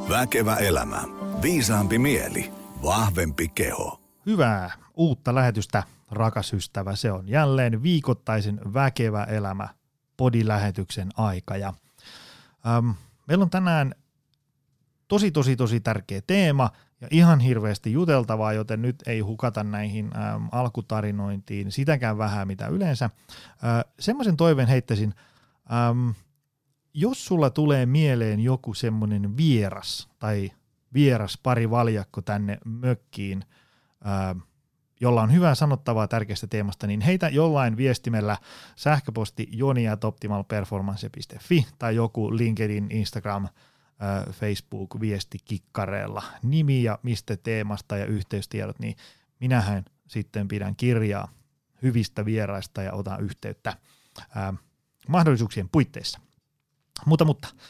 Väkevä elämä. Viisaampi mieli. Vahvempi keho. Hyvää uutta lähetystä, rakas ystävä. Se on jälleen viikoittaisen Väkevä elämä podilähetyksen aika. Ja, meillä on tänään tosi tärkeä teema ja ihan hirveästi juteltavaa, joten nyt ei hukata näihin alkutarinointiin sitäkään vähän mitä yleensä. Semmoisen toiveen heittäisin, jos sulla tulee mieleen joku semmoinen vieras tai vieras parivaljakko tänne mökkiin, jolla on hyvää sanottavaa tärkeästä teemasta, niin heitä jollain viestimellä sähköposti joni@optimalperformance.fi tai joku LinkedIn, Instagram, Facebook viestikikkareella nimi ja mistä teemasta ja yhteystiedot, niin minähän sitten pidän kirjaa hyvistä vieraista ja otan yhteyttä mahdollisuuksien puitteissa. Mutta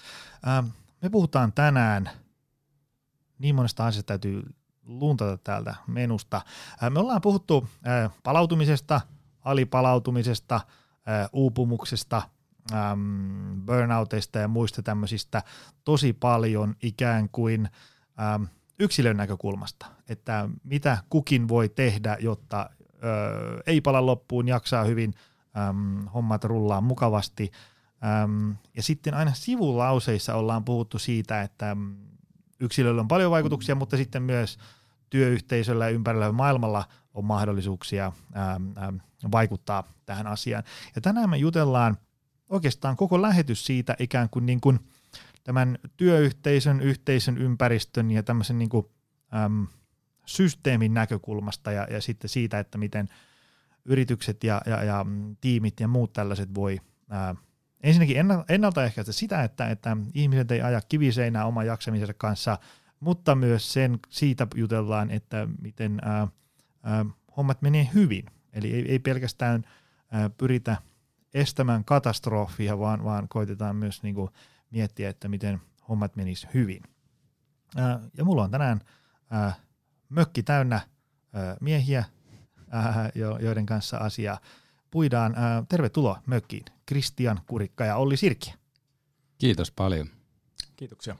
me puhutaan tänään, niin monesta asiasta täytyy luntata täältä menusta. Me ollaan puhuttu palautumisesta, alipalautumisesta, uupumuksesta, burnouteista ja muista tämmöisistä tosi paljon ikään kuin yksilön näkökulmasta, että mitä kukin voi tehdä, jotta ei pala loppuun, jaksaa hyvin, hommat rullaa mukavasti. Ja sitten aina sivulauseissa ollaan puhuttu siitä, että yksilöllä on paljon vaikutuksia, mutta sitten myös työyhteisöllä ja ympärillä maailmalla on mahdollisuuksia vaikuttaa tähän asiaan. Ja tänään me jutellaan oikeastaan koko lähetys siitä ikään kuin tämän työyhteisön, yhteisön, ympäristön ja tämmöisen niin kuin, systeemin näkökulmasta ja sitten siitä, että miten yritykset ja tiimit ja muut tällaiset voi ensinnäkin ennaltaehkäistä sitä, että ihmiset ei aja kiviseinää oman jaksamisensa kanssa, mutta myös siitä jutellaan, että miten hommat menee hyvin. Eli ei pelkästään pyritä estämään katastrofia, vaan koitetaan myös niin kuin miettiä, että miten hommat menis hyvin. Ja mulla on tänään mökki täynnä miehiä, joiden kanssa asiaa puidaan. Tervetuloa mökkiin, Kristian Kurikka ja Olli Sirkkiä. Kiitos paljon. Kiitoksia.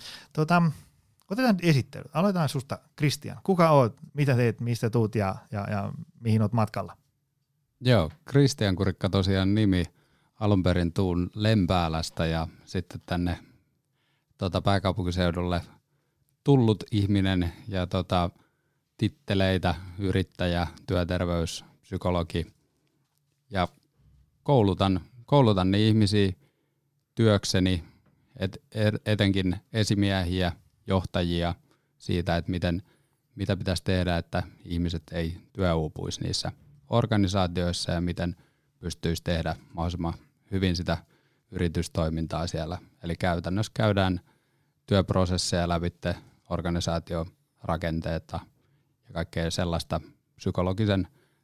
Otetaan esittely. Aloitetaan susta, Kristian. Kuka oot, mitä teet, mistä tuut ja mihin oot matkalla? Joo, Kristian Kurikka tosiaan nimi. Alun perin tuun Lempäälästä ja sitten tänne pääkaupunkiseudulle tullut ihminen ja titteleitä, yrittäjä, työterveyspsykologi ja koulutan ihmisiä työkseni, etenkin esimiehiä, johtajia siitä, että mitä pitäisi tehdä, että ihmiset ei työuupuisi niissä organisaatioissa ja miten pystyisi tehdä mahdollisimman hyvin sitä yritystoimintaa siellä. Eli käytännössä käydään työprosesseja lävitte, organisaatiorakenteita ja kaikkea sellaista psykologisen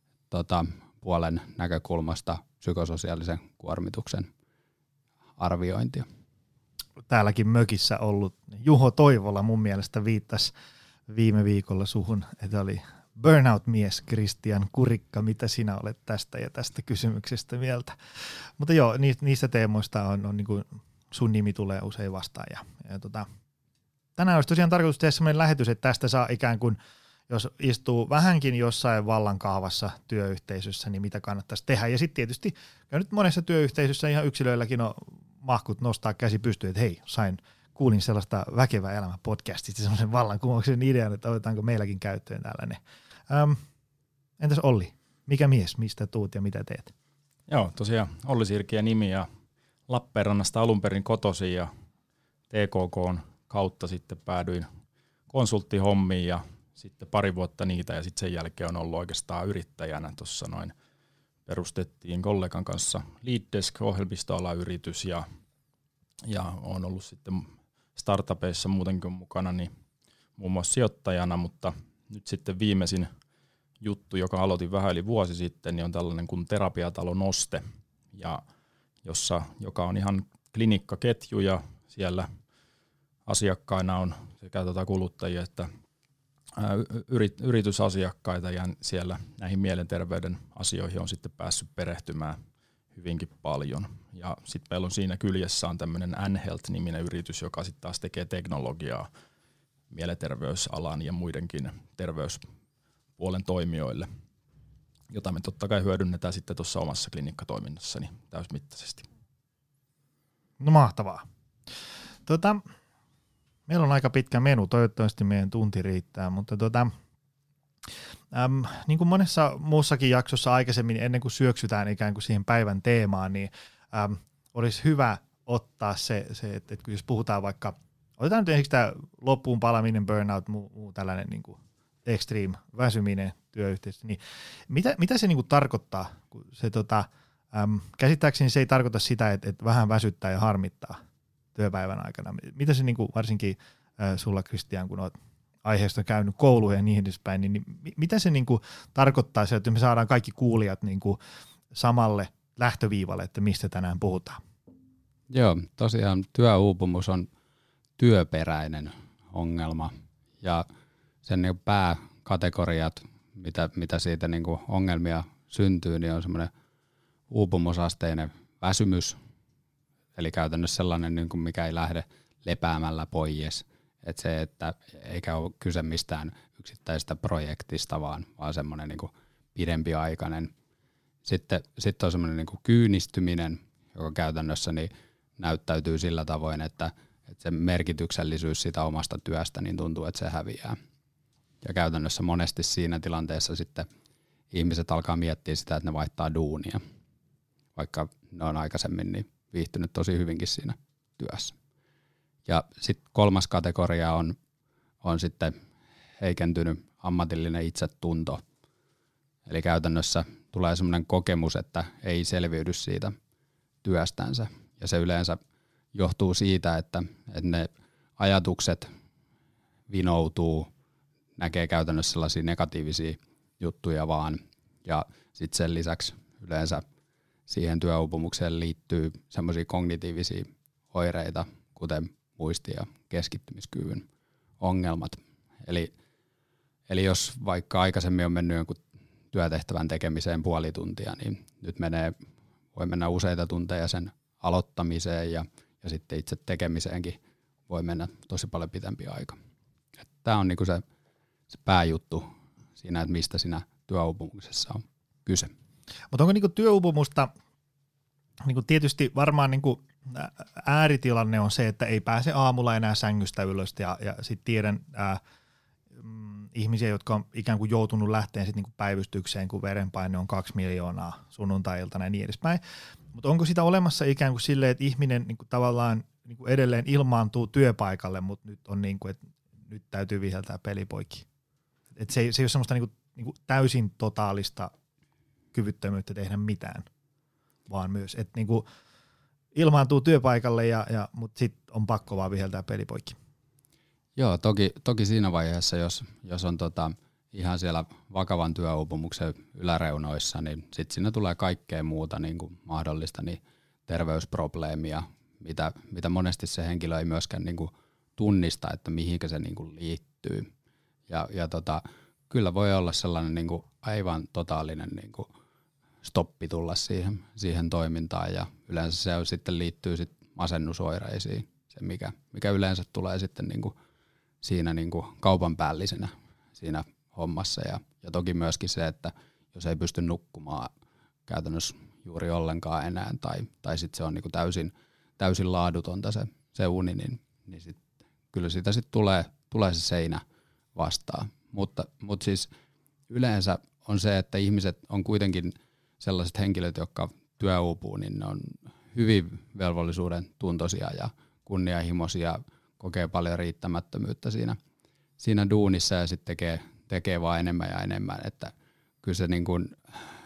puolen näkökulmasta psykososiaalisen kuormituksen arviointia. Täälläkin mökissä ollut Juho Toivola mun mielestä viittasi viime viikolla suhun, että oli burnout-mies Kristian Kurikka. Mitä sinä olet tästä ja tästä kysymyksestä mieltä? Mutta joo, niistä teemoista on niin kuin sun nimi tulee usein vastaan. Tänään olisi tosiaan tarkoitus tehdä sellainen lähetys, että tästä saa ikään kuin, jos istuu vähänkin jossain vallankahvassa työyhteisössä, niin mitä kannattaisi tehdä. Ja sitten tietysti nyt monessa työyhteisössä ihan yksilöilläkin on mahkut nostaa käsi pystyyn, että hei, kuulin sellaista Väkevä elämä podcastista, semmoisen vallankumouksen idean, että otetaanko meilläkin käyttöön tällainen. Entäs Olli, mikä mies, mistä tuut ja mitä teet? Joo, tosiaan Olli Sirkkiä nimi ja Lappeenrannasta alun perin kotoisin ja TKK:n kautta sitten päädyin konsulttihommiin ja sitten pari vuotta niitä ja sitten sen jälkeen on ollut oikeastaan yrittäjänä tuossa noin. Perustettiin kollegan kanssa LeadDesk ohjelmistoalayritys ja on ollut sitten startupeissa muutenkin mukana niin muun muassa sijoittajana, mutta nyt sitten viimeisin juttu, joka aloitin vähän yli vuosi sitten, niin on tällainen kuin Terapiatalo Noste, joka on ihan klinikkaketju ja siellä asiakkaina on sekä kuluttajia että yritysasiakkaita ja siellä näihin mielenterveyden asioihin on sitten päässyt perehtymään hyvinkin paljon. Ja sitten meillä on siinä kyljessä on tämmöinen N-Health-niminen yritys, joka sitten taas tekee teknologiaa mielenterveysalan ja muidenkin terveyspuolen toimijoille, jota me totta kai hyödynnetään sitten tuossa omassa klinikkatoiminnassani täysmittaisesti. No mahtavaa. Meillä on aika pitkä menu, toivottavasti meidän tunti riittää, mutta niin kuin monessa muussakin jaksossa aikaisemmin, ennen kuin syöksytään ikään kuin siihen päivän teemaan, niin olisi hyvä ottaa se että jos puhutaan vaikka, otetaan nyt ensiksi tämä loppuun palaminen, burnout, muu tällainen niin kuin extreme väsyminen työyhteisössä, niin mitä se niin kuin tarkoittaa, kun se käsittääkseni se ei tarkoita sitä, että vähän väsyttää ja harmittaa työpäivän aikana. Mitä se niin kuin varsinkin sulla, Kristian, kun olet aiheesta käynyt kouluja ja niin edespäin, niin mitä se niin kuin tarkoittaa se, että me saadaan kaikki kuulijat niin kuin samalle lähtöviivalle, että mistä tänään puhutaan? Joo, tosiaan työuupumus on työperäinen ongelma ja sen niin pääkategoriat, mitä siitä niin kuin ongelmia syntyy, niin on semmoinen uupumusasteinen väsymys, eli käytännössä sellainen, niin kuin mikä ei lähde lepäämällä pois. Että se, että eikä ole kyse mistään yksittäisestä projektista, vaan semmoinen niin kuin pidempiaikainen. Sitten on semmoinen niin kuin kyynistyminen, joka käytännössä niin näyttäytyy sillä tavoin, että se merkityksellisyys sitä omasta työstä niin tuntuu, että se häviää. Ja käytännössä monesti siinä tilanteessa sitten ihmiset alkaa miettiä sitä, että ne vaihtaa duunia, vaikka ne on aikaisemmin niin viihtynyt tosi hyvinkin siinä työssä. Ja sitten kolmas kategoria on sitten heikentynyt ammatillinen itsetunto. Eli käytännössä tulee semmoinen kokemus, että ei selviydy siitä työstänsä. Ja se yleensä johtuu siitä, että ne ajatukset vinoutuu, näkee käytännössä sellaisia negatiivisia juttuja vaan. Ja sitten sen lisäksi yleensä siihen työuupumukseen liittyy semmoisia kognitiivisia oireita, kuten muisti- ja keskittymiskyvyn ongelmat. Eli jos vaikka aikaisemmin on mennyt jonkun työtehtävän tekemiseen puoli tuntia, niin nyt voi mennä useita tunteja sen aloittamiseen ja sitten itse tekemiseenkin voi mennä tosi paljon pitempi aika. Tämä on niinku se pääjuttu siinä, että mistä siinä työuupumuksessa on kyse. Mutta onko niinku työuupumusta, niinku tietysti varmaan niinku ääritilanne on se, että ei pääse aamulla enää sängystä ylös ja sitten tiedän ihmisiä, jotka on ikään kuin joutunut lähteen sitten niinku päivystykseen, kun verenpaine on 2 miljoonaa sunnuntai-iltana ja niin edespäin. Mutta onko sitä olemassa ikään kuin silleen, että ihminen niinku tavallaan niinku edelleen ilmaantuu työpaikalle, mutta nyt on niinku, että nyt täytyy viheltää pelipoikki. Et se ei ole semmoista niinku täysin totaalista kyvyttömyyttä tehdä mitään, vaan myös, että niinku ilmaantuu työpaikalle, mutta sitten on pakko vaan viheltää pelipoikki. Joo, toki siinä vaiheessa, jos on ihan siellä vakavan työuupumuksen yläreunoissa, niin sitten siinä tulee kaikkea muuta niin kuin mahdollista niin terveysprobleemia, mitä monesti se henkilö ei myöskään niin kuin tunnista, että mihinkä se niin kuin liittyy. Ja kyllä voi olla sellainen niin kuin aivan totaalinen niin kuin stoppi tulla siihen toimintaan, ja yleensä se sitten liittyy sitten masennusoireisiin, se mikä yleensä tulee sitten niin kuin siinä niin kuin kaupan päällisenä siinä hommassa, ja toki myöskin se, että jos ei pysty nukkumaan käytännössä juuri ollenkaan enää, tai sitten se on niin kuin täysin laadutonta se uni, niin sit, kyllä siitä sitten tulee se seinä vastaan. Mutta siis yleensä on se, että ihmiset on kuitenkin sellaiset henkilöt, jotka työuupuu, niin ne on hyvin velvollisuuden tuntoisia ja kunnianhimoisia, kokee paljon riittämättömyyttä siinä duunissa ja sitten tekee vaan enemmän ja enemmän, että kyllä se niin kuin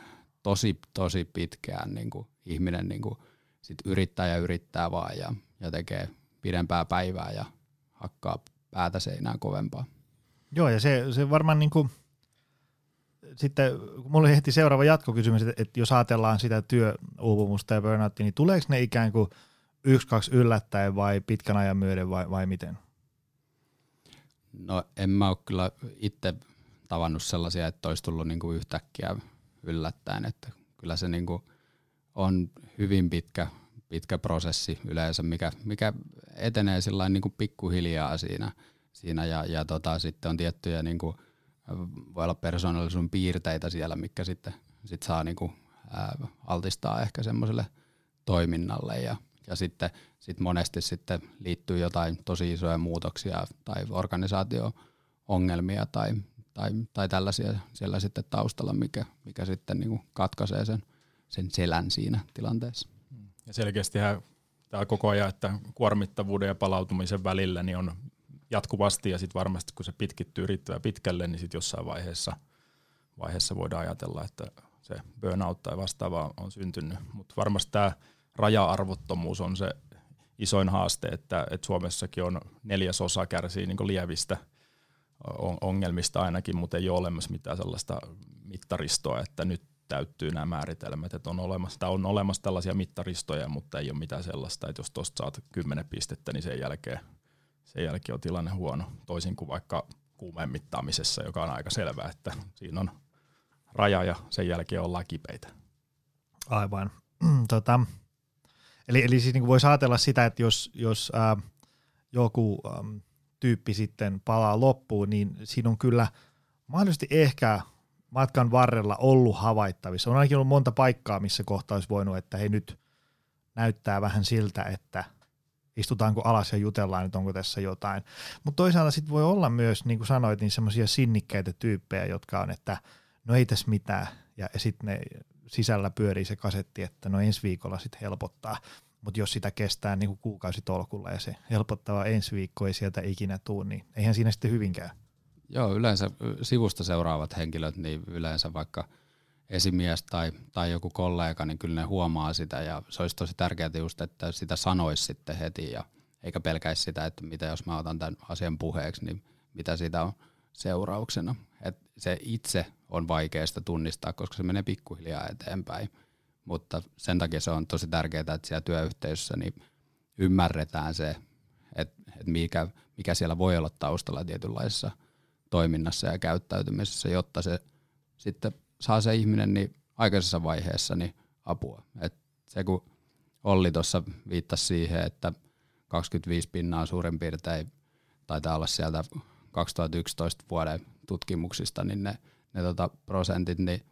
tosi pitkään niin kuin ihminen niin kuin sit yrittää vaan ja tekee pidempää päivää ja hakkaa päätä seinään kovempaa. Joo, ja se varmaan niin kuin sitten, kun mulla oli heti seuraava jatkokysymys, että jos ajatellaan sitä työuupumusta ja burnouttia, niin tuleeko ne ikään kuin 1-2 yllättäen vai pitkän ajan myöden vai miten? No en mä ole kyllä itse tavannut sellaisia, että olisi tullut niin kuin yhtäkkiä yllättäen, että kyllä se niin kuin on hyvin pitkä prosessi yleensä, mikä etenee sillain niin kuin pikkuhiljaa siinä ja sitten on tiettyjä niin kuin, voi olla persoonallisuuden piirteitä siellä, mitkä sitten saa niin kuin, altistaa ehkä semmoiselle toiminnalle ja sitten monesti sitten liittyy jotain tosi isoja muutoksia tai organisaatio-ongelmia tai tällaisia siellä sitten taustalla, mikä sitten niin kuin katkaisee sen selän siinä tilanteessa. Ja selkeästihän tämä koko ajan, että kuormittavuuden ja palautumisen välillä niin on jatkuvasti ja sitten varmasti kun se pitkittyy riittävän pitkälle, niin sitten jossain vaiheessa voidaan ajatella, että se burnout tai vastaava on syntynyt. Mutta varmasti tämä raja-arvottomuus on se isoin haaste, että Suomessakin on 1/4 kärsii niin kuin lievistä ongelmista ainakin, mutta ei ole olemassa mitään sellaista mittaristoa, että nyt täyttyy nämä määritelmät, että on olemassa tällaisia mittaristoja, mutta ei ole mitään sellaista, että jos tuosta saat 10 pistettä, niin sen jälkeen on tilanne huono, toisin kuin vaikka kuumeen mittaamisessa, joka on aika selvää, että siinä on raja ja sen jälkeen ollaan kipeitä. Aivan. Eli siis niin kuin voisi ajatella sitä, että jos joku tyyppi sitten palaa loppuun, niin siinä on kyllä mahdollisesti ehkä matkan varrella ollut havaittavissa. On ainakin ollut monta paikkaa, missä kohta olisi voinut, että hei nyt näyttää vähän siltä, että istutaanko alas ja jutellaan, että onko tässä jotain. Mutta toisaalta sitten voi olla myös, niin kuin sanoit, niin semmoisia sinnikkäitä tyyppejä, jotka on, että no ei tässä mitään. Ja sitten ne sisällä pyörii se kasetti, että no ensi viikolla sitten helpottaa. Mutta jos sitä kestää niin kuin kuukausitolkulla ja se helpottava ensi viikko ei sieltä ikinä tule, niin eihän siinä sitten hyvin käy. Joo, yleensä sivusta seuraavat henkilöt, niin yleensä vaikka esimies tai joku kollega, niin kyllä ne huomaa sitä ja se olisi tosi tärkeää just, että sitä sanoisi sitten heti ja eikä pelkäisi sitä, että mitä jos mä otan tämän asian puheeksi, niin mitä siitä on seurauksena. Et se itse on vaikeasta tunnistaa, koska se menee pikkuhiljaa eteenpäin, mutta sen takia se on tosi tärkeää, että siellä työyhteisössä niin ymmärretään se, että mikä siellä voi olla taustalla tietynlaisessa toiminnassa ja käyttäytymisessä, jotta se sitten saa se ihminen niin aikaisessa vaiheessa niin apua. Et se kun Olli tuossa viittasi siihen, että 25% suurin piirtein taitaa olla sieltä 2011 vuoden tutkimuksista, niin ne prosentit, niin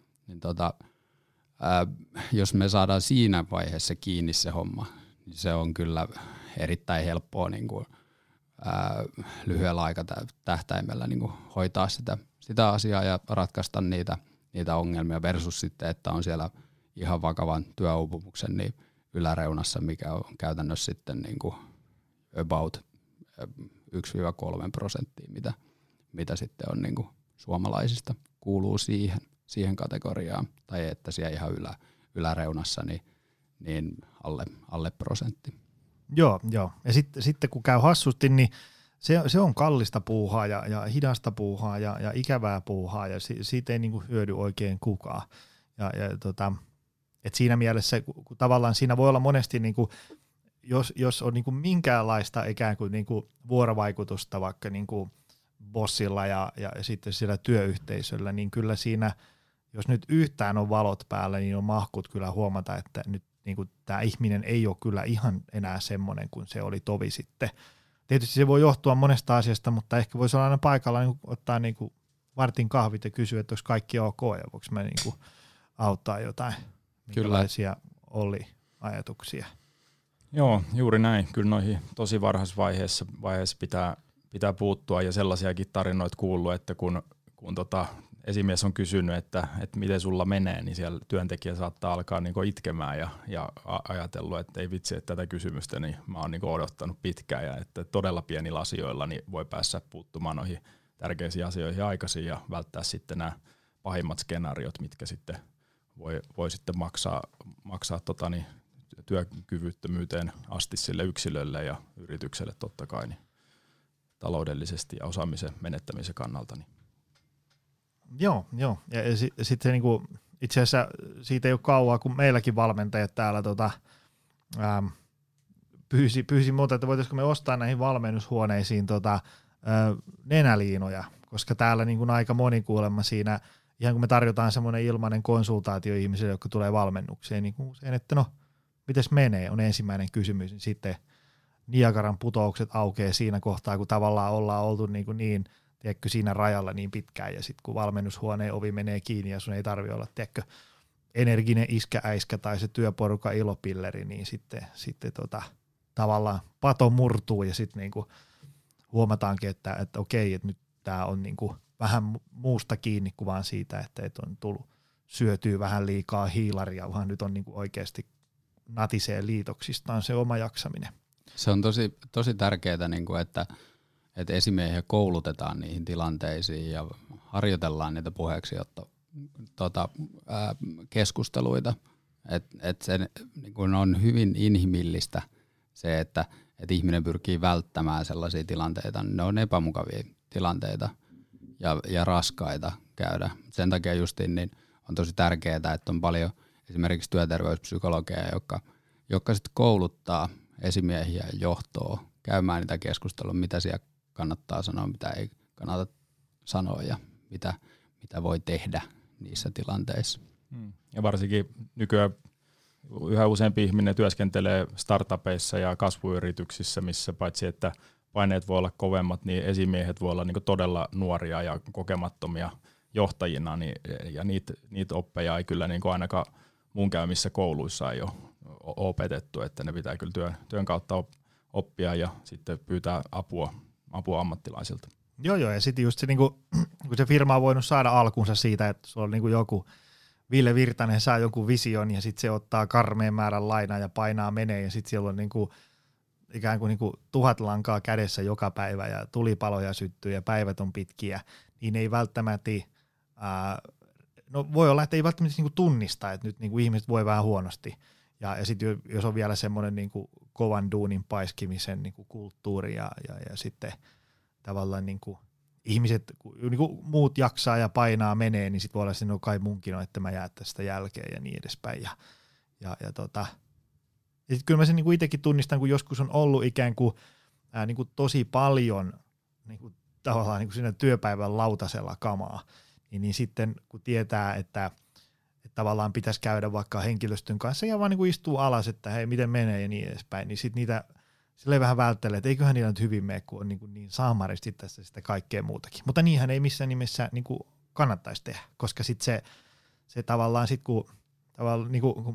jos me saadaan siinä vaiheessa kiinni se homma, niin se on kyllä erittäin helppoa niin kuin, lyhyellä aikatähtäimellä niin kuin hoitaa sitä asiaa ja ratkaista niitä ongelmia versus sitten, että on siellä ihan vakavan työuupumuksen niin yläreunassa, mikä on käytännössä sitten niin kuin about 1-3%, mitä sitten on niin kuin suomalaisista kuuluu siihen kategoriaan, tai että siellä ihan yläreunassa niin alle prosentti. Joo. Ja sitten kun käy hassusti, niin se on kallista puuhaa ja hidasta puuhaa ja ikävää puuhaa ja siitä ei niinku hyödy oikein kukaan. Et siinä mielessä, kun tavallaan siinä voi olla monesti, niinku, jos on niinku minkäänlaista ikään kuin niinku vuorovaikutusta vaikka niinku bossilla ja sitten siellä työyhteisöllä, niin kyllä siinä, jos nyt yhtään on valot päällä, niin on mahkut kyllä huomata, että nyt niinku tämä ihminen ei ole kyllä ihan enää semmoinen kuin se oli tovi sitten. Tietysti se voi johtua monesta asiasta, mutta ehkä voisi olla aina paikalla niin ottaa niin kuin vartin kahvit ja kysyä, että onko kaikki ok ja voiko mä niin kuin auttaa jotain. Minkälaisia oli ajatuksia? Joo, juuri näin. Kyllä noihin tosi varhaisvaiheessa pitää puuttua ja sellaisiakin tarinoita kuullut, että kun esimies on kysynyt, että miten sulla menee, niin siellä työntekijä saattaa alkaa niinku itkemään ja ajatellut, että ei vitsi, että tätä kysymystä niin mä oon niinku odottanut pitkään ja että todella pienillä asioilla niin voi päästä puuttumaan noihin tärkeisiin asioihin aikaisin ja välttää sitten nämä pahimmat skenaariot, mitkä sitten voi sitten maksaa työkyvyttömyyteen asti sille yksilölle ja yritykselle totta kai niin taloudellisesti ja osaamisen menettämisen kannalta. Niin. Joo. Ja sitten niinku, itse asiassa siitä ei ole kauaa, kun meilläkin valmentajat täällä pyysi muuta, että voitaisiko me ostaa näihin valmennushuoneisiin nenäliinoja, koska täällä niin kuin aika moni kuulemma siinä, ihan kun me tarjotaan semmoinen ilmainen konsultaatio ihmisille, jotka tulee valmennukseen, niin usein, että no mites menee, on ensimmäinen kysymys. Sitten Niagaran putoukset aukeaa siinä kohtaa, kun tavallaan ollaan oltu niin tiedätkö, siinä rajalla niin pitkään, ja sitten kun valmennushuoneen ovi menee kiinni, ja sun ei tarvitse olla, tiedätkö, energinen iskä-äiskä tai se työporukan ilopilleri, niin sitten tavallaan pato murtuu, ja sitten niinku huomataankin, että okei, että nyt tämä on niinku vähän muusta kiinni kuin vaan siitä, että on tullut syötyä vähän liikaa hiilaria, vaan nyt on niinku oikeasti natisee liitoksistaan se oma jaksaminen. Se on tosi tärkeää, niin kuin, että esimiehiä koulutetaan niihin tilanteisiin ja harjoitellaan niitä puheeksiotto keskusteluita. Et se niin kuin on hyvin inhimillistä se, että ihminen pyrkii välttämään sellaisia tilanteita. Ne on epämukavia tilanteita ja raskaita käydä. Sen takia justiin niin on tosi tärkeää, että on paljon esimerkiksi työterveyspsykologeja, jotka sitten kouluttaa esimiehiä ja johtoa käymään niitä keskustelua, mitä siellä kannattaa sanoa, mitä ei kannata sanoa ja mitä voi tehdä niissä tilanteissa. Ja varsinkin nykyään yhä useampi ihminen työskentelee startupeissa ja kasvuyrityksissä, missä paitsi että paineet voi olla kovemmat, niin esimiehet voi olla niin todella nuoria ja kokemattomia johtajina, ja niitä oppeja ei kyllä niin ainakaan mun käymissä kouluissa ei ole opetettu, että ne pitää kyllä työn kautta oppia ja sitten pyytää apua ammattilaisilta. Joo, ja sitten just se, kun se firma on voinut saada alkunsa siitä, että sulla on joku Ville Virtanen saa jonkun vision ja sitten se ottaa karmeen määrän lainaa ja painaa menee ja sitten siellä on ikään kuin 1000 lankaa kädessä joka päivä ja tulipaloja syttyy ja päivät on pitkiä, niin ei välttämättä, voi olla, että ei välttämättä tunnista, että nyt ihmiset voi vähän huonosti. Ja sitten jos on vielä semmoinen kovan duunin paiskimisen kulttuuri ja sitten tavallaan ihmiset, muut jaksaa ja painaa menee, niin sitten voi olla se, no kai munkin on, että mä jää tästä jälkeen ja niin edespäin. Ja sitten kyllä mä sen itsekin tunnistan, kun joskus on ollut ikään kuin tosi paljon tavallaan siinä työpäivän lautasella kamaa, niin sitten kun tietää, että tavallaan pitäisi käydä vaikka henkilöstön kanssa ja vaan istuu alas, että hei, miten menee ja niin edespäin, niin sitten niitä silleen vähän välttelee, että eiköhän niillä nyt hyvin mene, kun on niin saamaristi tässä sitä kaikkea muutakin. Mutta niinhän ei missään nimessä kannattaisi tehdä, koska sitten se tavallaan sitten kun tavallaan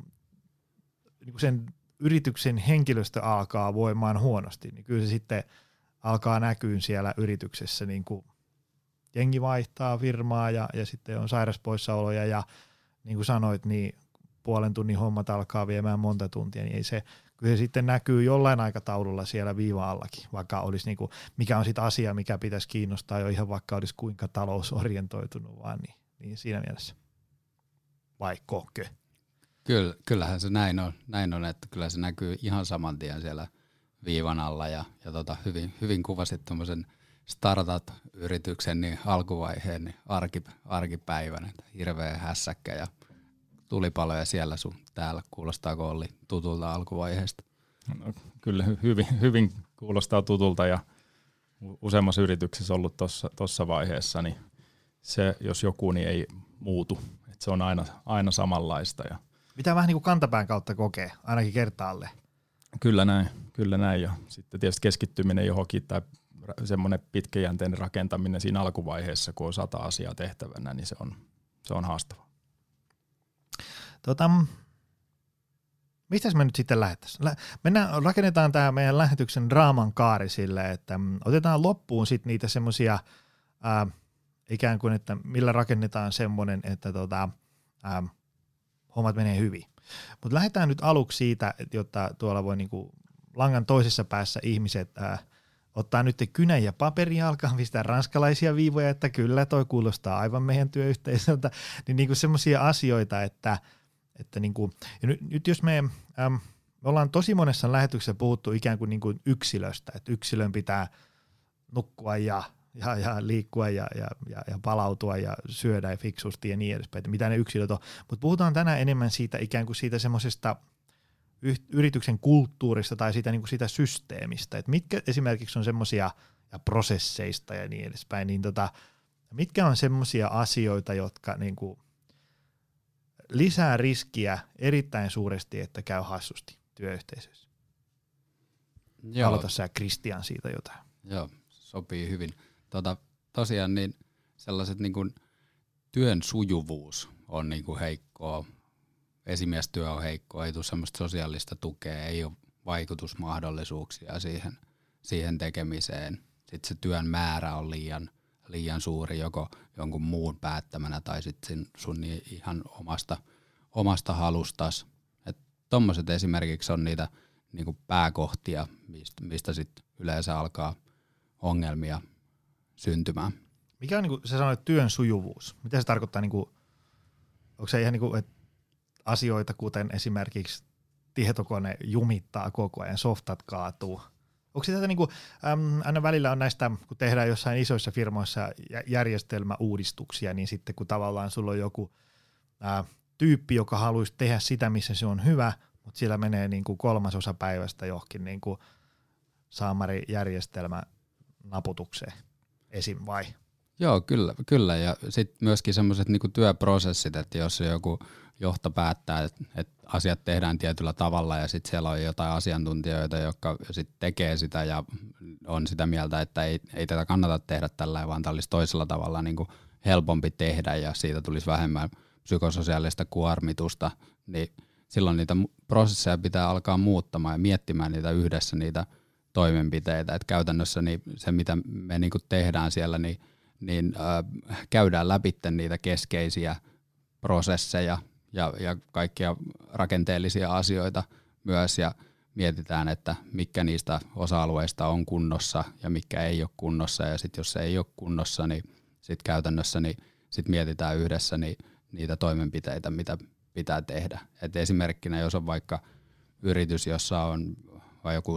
sen yrityksen henkilöstö alkaa voimaan huonosti, niin kyllä se sitten alkaa näkyä siellä yrityksessä, jengi vaihtaa firmaa ja sitten on sairaspoissaoloja ja niin kuin sanoit, niin puolen tunnin hommat alkaa viemään monta tuntia, niin ei se, kyllä se sitten näkyy jollain aikataululla siellä viiva allakin, vaikka olisi mikä on sitten asia, mikä pitäisi kiinnostaa jo ihan vaikka olisi kuinka talousorientoitunut vaan, niin siinä mielessä. Vai kokö? Kyllähän se näin on, että kyllä se näkyy ihan saman tien siellä viivan alla ja hyvin kuvasit tuommoisen startup-yrityksen niin alkuvaiheen niin arkipäivänä, hirveä hässäkkä ja tulipaloja siellä sun täällä. Kuulostaako Olli tutulta alkuvaiheesta? No, kyllä hyvin kuulostaa tutulta ja useammassa yrityksessä ollut tuossa vaiheessa, niin se jos joku niin ei muutu, että se on aina samanlaista. Ja mitä vähän kantapään kautta kokee, ainakin kertaalleen. Kyllä näin ja sitten tietysti keskittyminen johonkin tai semmoinen pitkäjänteinen rakentaminen siinä alkuvaiheessa, kun on 100 asiaa tehtävänä, niin se on haastavaa. Mistäs me nyt sitten lähdettäisiin? Rakennetaan tämä meidän lähetyksen draaman kaari sille, että otetaan loppuun sitten niitä semmoisia ikään kuin, että millä rakennetaan semmoinen, että hommat menee hyvin. Mutta lähdetään nyt aluksi siitä, jotta tuolla voi langan toisessa päässä ihmiset ottaa nyt kynän ja paperia, alkaa pistää ranskalaisia viivoja, että kyllä toi kuulostaa aivan meidän työyhteisöltä, niin semmoisia asioita, että ja nyt jos me ollaan tosi monessa lähetyksessä puhuttu ikään kuin, yksilöstä, että yksilön pitää nukkua ja liikkua ja palautua ja syödä ja fiksusti ja niin edespäin, että mitä ne yksilöt on, mutta puhutaan tänään enemmän siitä ikään kuin siitä semmoisesta yrityksen kulttuurista tai siitä systeemistä, että mitkä esimerkiksi on semmoisia ja prosesseista ja niin edespäin, niin mitkä on semmoisia asioita, jotka lisää riskiä erittäin suuresti, että käy hassusti. työyhteisöissä? Joo. Aloita sä Kristian siitä jotain. Joo, sopii hyvin. Tosiaan niin sellaiset niin kuin työn sujuvuus on niin kuin heikkoa, esimiestyö on heikkoa, ei tule semmoista sosiaalista tukea, ei ole vaikutusmahdollisuuksia siihen tekemiseen. Sitten se työn määrä on liian suuri joko jonkun muun päättämänä tai sitten sun ihan omasta halustas. Tommoset esimerkiksi on niitä niinku pääkohtia, mistä sitten yleensä alkaa ongelmia syntymään. Mikä on, sä sanoit, työn sujuvuus? Mitä se tarkoittaa, onko se ihan asioita, kuten esimerkiksi tietokone jumittaa koko ajan, softat kaatuu? Onko se tätä aina välillä on näistä, kun tehdään jossain isoissa firmoissa järjestelmäuudistuksia, niin sitten kun tavallaan sulla on joku tyyppi, joka haluaisi tehdä sitä, missä se on hyvä, mutta siellä menee 3/3 päivästä johonkin saamarijärjestelmä naputukseen esim. Vai? Joo, kyllä. Ja sitten myöskin semmoiset työprosessit, että jos joku johto päättää, että asiat tehdään tietyllä tavalla ja sitten siellä on jotain asiantuntijoita, jotka sitten tekee sitä ja on sitä mieltä, että ei tätä kannata tehdä tällä, vaan tämä olisi toisella tavalla helpompi tehdä ja siitä tulisi vähemmän psykososiaalista kuormitusta, niin silloin niitä prosesseja pitää alkaa muuttamaan ja miettimään niitä yhdessä niitä toimenpiteitä. Et käytännössä se, mitä me tehdään siellä, niin käydään läpi niitä keskeisiä prosesseja ja kaikkia rakenteellisia asioita myös ja mietitään, että mitkä niistä osa-alueista on kunnossa ja mitkä ei ole kunnossa ja sitten jos se ei ole kunnossa, niin sitten käytännössä sit mietitään yhdessä niitä toimenpiteitä, mitä pitää tehdä. Et esimerkkinä, jos on vaikka yritys, jossa on joku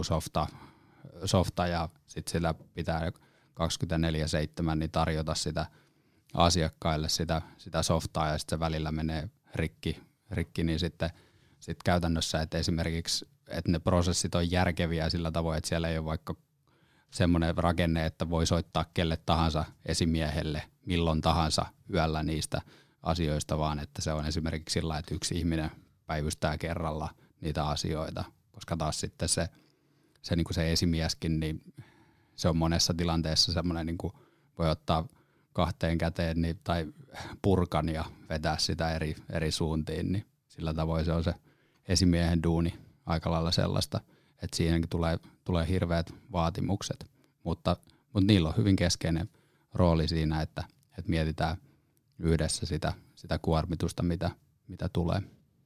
softa ja sitten sillä pitää 24/7 niin tarjota sitä asiakkaille sitä softaa ja sitten se välillä menee rikki niin sitten käytännössä, että esimerkiksi että ne prosessit on järkeviä sillä tavoin, että siellä ei ole vaikka semmoinen rakenne, että voi soittaa kelle tahansa esimiehelle milloin tahansa yöllä niistä asioista, vaan että se on esimerkiksi sillä, että yksi ihminen päivystää kerralla niitä asioita, koska taas sitten se esimieskin, niin se on monessa tilanteessa semmoinen, niin kuin voi ottaa 2 käteen tai purkan ja vetää sitä eri suuntiin, niin sillä tavoin se on se esimiehen duuni aika lailla sellaista, että siihenkin tulee hirveät vaatimukset, mutta niillä on hyvin keskeinen rooli siinä, että mietitään yhdessä sitä kuormitusta, mitä tulee.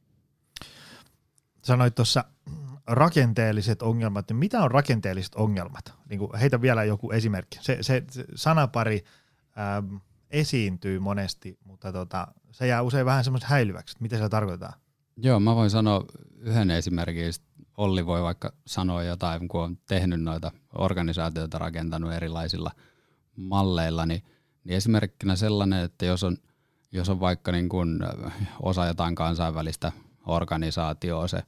Sanoit tuossa rakenteelliset ongelmat, niin mitä on rakenteelliset ongelmat? Heitä vielä joku esimerkki. Se sanapari esiintyy monesti, mutta se jää usein vähän semmoista häilyväksi. Mitä se tarkoittaa? Joo, mä voin sanoa yhden esimerkin. Olli voi vaikka sanoa jotain, kun on tehnyt noita organisaatioita, rakentanut erilaisilla malleilla, niin esimerkkinä sellainen, että jos on vaikka niin kuin osa jotain kansainvälistä organisaatioa, se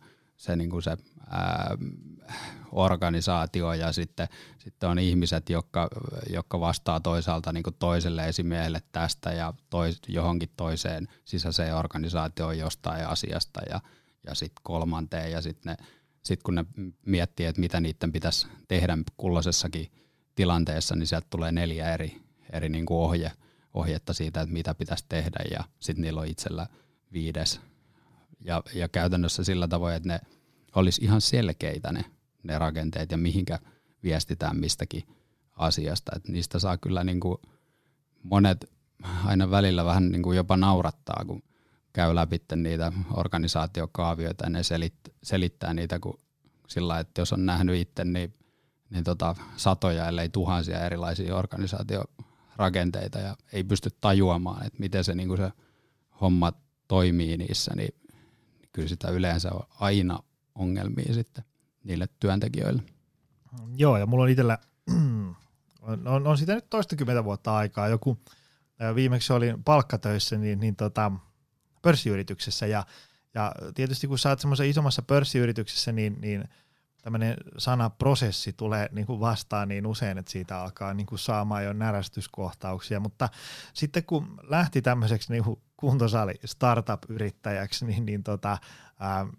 organisaatio ja sitten on ihmiset, jotka vastaa toisaalta niin kuin toiselle esimiehelle tästä ja johonkin toiseen sisäiseen organisaatioon jostain asiasta ja sitten kolmanteen ja sitten kun ne miettii, että mitä niiden pitäisi tehdä kulloisessakin tilanteessa, niin sieltä tulee 4 eri niin kuin ohjetta siitä, että mitä pitäisi tehdä ja sitten niillä on itsellä 5. Ja käytännössä sillä tavoin, että ne olisi ihan selkeitä ne rakenteet ja mihinkä viestitään mistäkin asiasta. Et niistä saa kyllä niin kuin monet aina välillä vähän niin kuin jopa naurattaa, kun käy läpi niitä organisaatiokaavioita ja ne selittää niitä kun sillä, että jos on nähnyt itse, niin satoja ellei tuhansia erilaisia organisaatiorakenteita ja ei pysty tajuamaan, että miten se, niin kuin se homma toimii niissä, niin kyllä sitä yleensä on aina ongelmia sitten niille työntekijöille. Joo, ja mulla on itsellä, on sitä nyt 20 vuotta aikaa, viimeksi olin palkkatöissä pörssiyrityksessä, ja tietysti kun sä oot semmoisen isommassa pörssiyrityksessä, niin tämmöinen sana prosessi tulee niin kuin vastaan niin usein, että siitä alkaa niin kuin saamaan jo närästyskohtauksia, mutta sitten kun lähti tämmöiseksi niin kuin kuntosali startup-yrittäjäksi,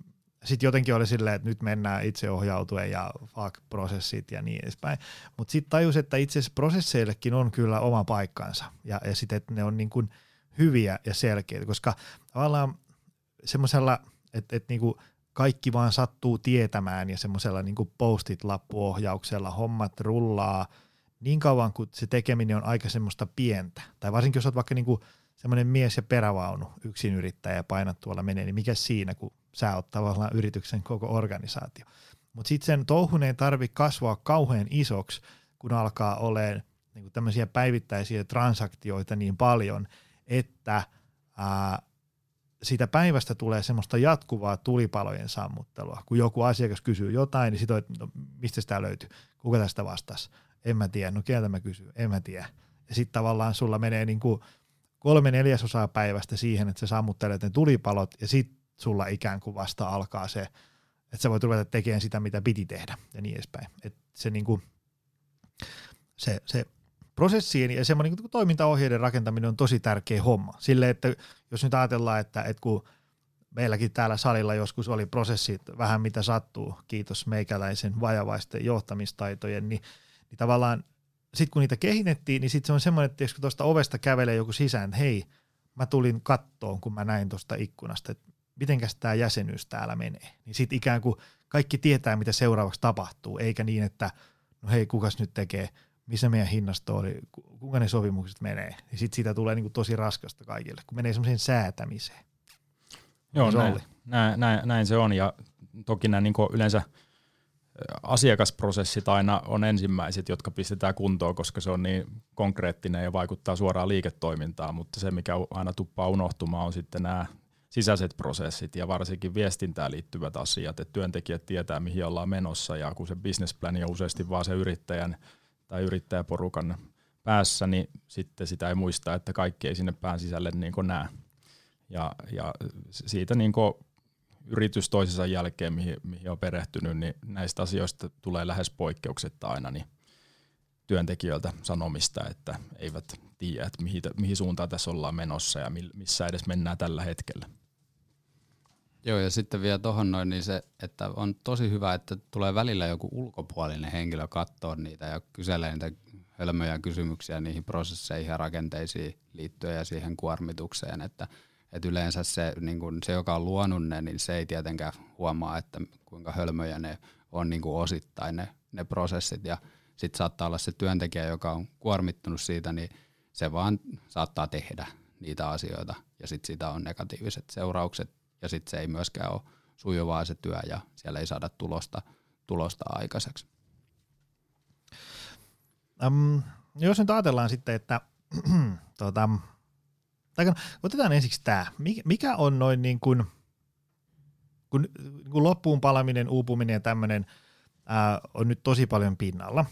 sitten jotenkin oli silleen, että nyt mennään itseohjautuen ja prosessit ja niin edespäin. Mutta sitten tajus, että itse asiassa prosesseillekin on kyllä oma paikkansa ja sitten, että ne on niin kuin hyviä ja selkeitä, koska tavallaan semmoisella, että niin kuin kaikki vaan sattuu tietämään ja semmoisella niin kuin post-it-lappuohjauksella hommat rullaa niin kauan, kun se tekeminen on aika semmoista pientä. Tai varsinkin jos olet vaikka niin kuin semmoinen mies ja perävaunu, yksinyrittäjä ja painat tuolla menee, niin mikä siinä, kun sä oot tavallaan yrityksen koko organisaatio. Mutta sitten sen touhun ei tarvitse kasvaa kauhean isoksi, kun alkaa olemaan niin tämmöisiä päivittäisiä transaktioita niin paljon, että siitä päivästä tulee semmoista jatkuvaa tulipalojen sammuttelua. Kun joku asiakas kysyy jotain, niin sitten no, mistä sitä löytyy? Kuka tästä vastasi? En mä tiedä. No keltä mä kysyn? En mä tiedä. Ja sitten tavallaan sulla menee niin kuin 3/4 päivästä siihen, että sä sammuttelet ne tulipalot ja sitten sulla ikään kuin vasta alkaa se, että sä voit ruveta tekemään sitä, mitä piti tehdä ja niin edespäin. Että se, niin kuin, se prosessien ja semmoinen niin toimintaohjeiden rakentaminen on tosi tärkeä homma. Silleen, että jos nyt ajatellaan, että kun meilläkin täällä salilla joskus oli prosessit vähän mitä sattuu, kiitos meikäläisen vajavaisten johtamistaitojen, niin tavallaan sitten kun niitä kehitettiin, niin sitten se on semmoinen, että jos tuosta ovesta kävelee joku sisään, että hei, mä tulin kattoon, kun mä näin tuosta ikkunasta, että mitenkäs tämä jäsenyys täällä menee. Niin sitten ikään kuin kaikki tietää, mitä seuraavaksi tapahtuu, eikä niin, että no hei, kukas nyt tekee, missä meidän hinnasto oli, kuinka ne sopimukset menee. Niin sitten siitä tulee niin kuin tosi raskasta kaikille, kun menee semmoiseen säätämiseen. Joo, näin se on, ja toki nämä niin yleensä asiakasprosessit aina on ensimmäiset, jotka pistetään kuntoon, koska se on niin konkreettinen ja vaikuttaa suoraan liiketoimintaan, mutta se, mikä aina tuppaa unohtumaan, on sitten nämä sisäiset prosessit ja varsinkin viestintään liittyvät asiat, että työntekijät tietää, mihin ollaan menossa, ja kun se businessplan on useasti vaan se yrittäjän tai yrittäjäporukan päässä, niin sitten sitä ei muista, että kaikki ei sinne pään sisälle niin kuin näe. Ja siitä niin kuin yritys toisensa jälkeen, mihin on perehtynyt, niin näistä asioista tulee lähes poikkeuksetta aina niin työntekijöiltä sanomista, että eivät tiedä, että mihin suuntaan tässä ollaan menossa ja missä edes mennään tällä hetkellä. Joo, ja sitten vielä tuohon noin, niin se, että on tosi hyvä, että tulee välillä joku ulkopuolinen henkilö katsoa niitä ja kyselee niitä hölmöjä kysymyksiä niihin prosesseihin ja rakenteisiin liittyen ja siihen kuormitukseen, että yleensä se, niin kun se, joka on luonut ne, niin se ei tietenkään huomaa, että kuinka hölmöjä ne on niin kuin osittain ne prosessit. Ja sitten saattaa olla se työntekijä, joka on kuormittunut siitä, niin se vaan saattaa tehdä niitä asioita. Ja sitten siitä on negatiiviset seuraukset. Ja sitten se ei myöskään ole sujuvaa se työ ja siellä ei saada tulosta aikaiseksi. Jos nyt ajatellaan sitten, että otetaan ensiksi tämä. Mikä on noin niin kuin, kun loppuun palaminen, uupuminen ja tämmöinen on nyt tosi paljon pinnalla.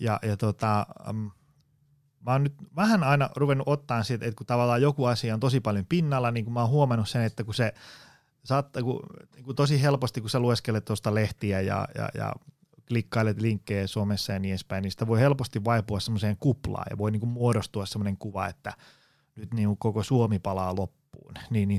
Mä oon nyt vähän aina ruvennut ottaa siitä, että kun tavallaan joku asia on tosi paljon pinnalla, niin kun mä oon huomannut sen, että kun se saattaa, kun tosi helposti, kun sä lueskelet tuosta lehtiä ja klikkailet linkkejä Suomessa ja niin edespäin, niin sitä voi helposti vaipua semmoiseen kuplaan ja voi niin kuin muodostua semmoinen kuva, että nyt niin koko Suomi palaa loppuun.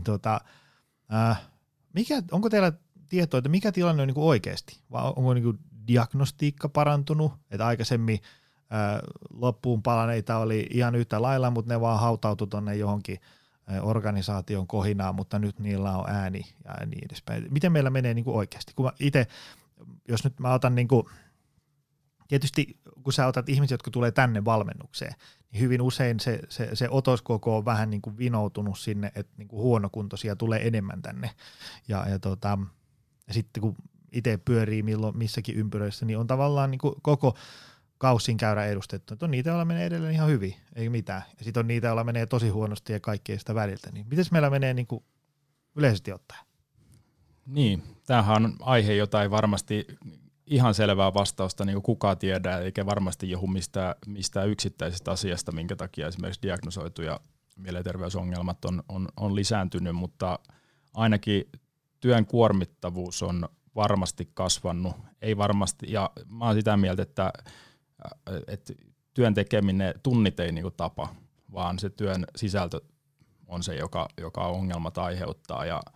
Onko teillä tietoa, että mikä tilanne on niin kuin oikeasti? Vai onko niin kuin diagnostiikka parantunut? Että aikaisemmin loppuun palaneita oli ihan yhtä lailla, mutta ne vaan hautautui tuonne johonkin organisaation kohinaan, mutta nyt niillä on ääni ja niin edespäin. Miten meillä menee niin kuin oikeasti? Kun itse, jos nyt mä otan niin kuin, tietysti kun sä otat ihmisiä, jotka tulee tänne valmennukseen, niin hyvin usein se otoskoko on vähän niin kuin vinoutunut sinne, että niin kuin huonokuntoisia tulee enemmän tänne. Ja sitten kun itse pyörii missäkin ympyröissä, niin on tavallaan niin kuin koko kaussin käyrä edustettu. Että on niitä, joilla menee edelleen ihan hyvin, ei mitään. Ja sitten on niitä, joilla menee tosi huonosti ja kaikkea sitä väliltä. Niin miten meillä menee niin kuin yleisesti ottaen? Niin, tämähän on aihe, jota ei varmasti ihan selvää vastausta niin kuin kukaan tiedä, eikä varmasti johu mistään yksittäisestä asiasta, minkä takia esimerkiksi diagnosoituja mielenterveysongelmat on lisääntynyt, mutta ainakin työn kuormittavuus on varmasti kasvanut. Ei varmasti, ja mä oon sitä mieltä, että työn tekeminen, tunnit ei niinku tapa, vaan se työn sisältö on se, joka ongelmat aiheuttaa, ja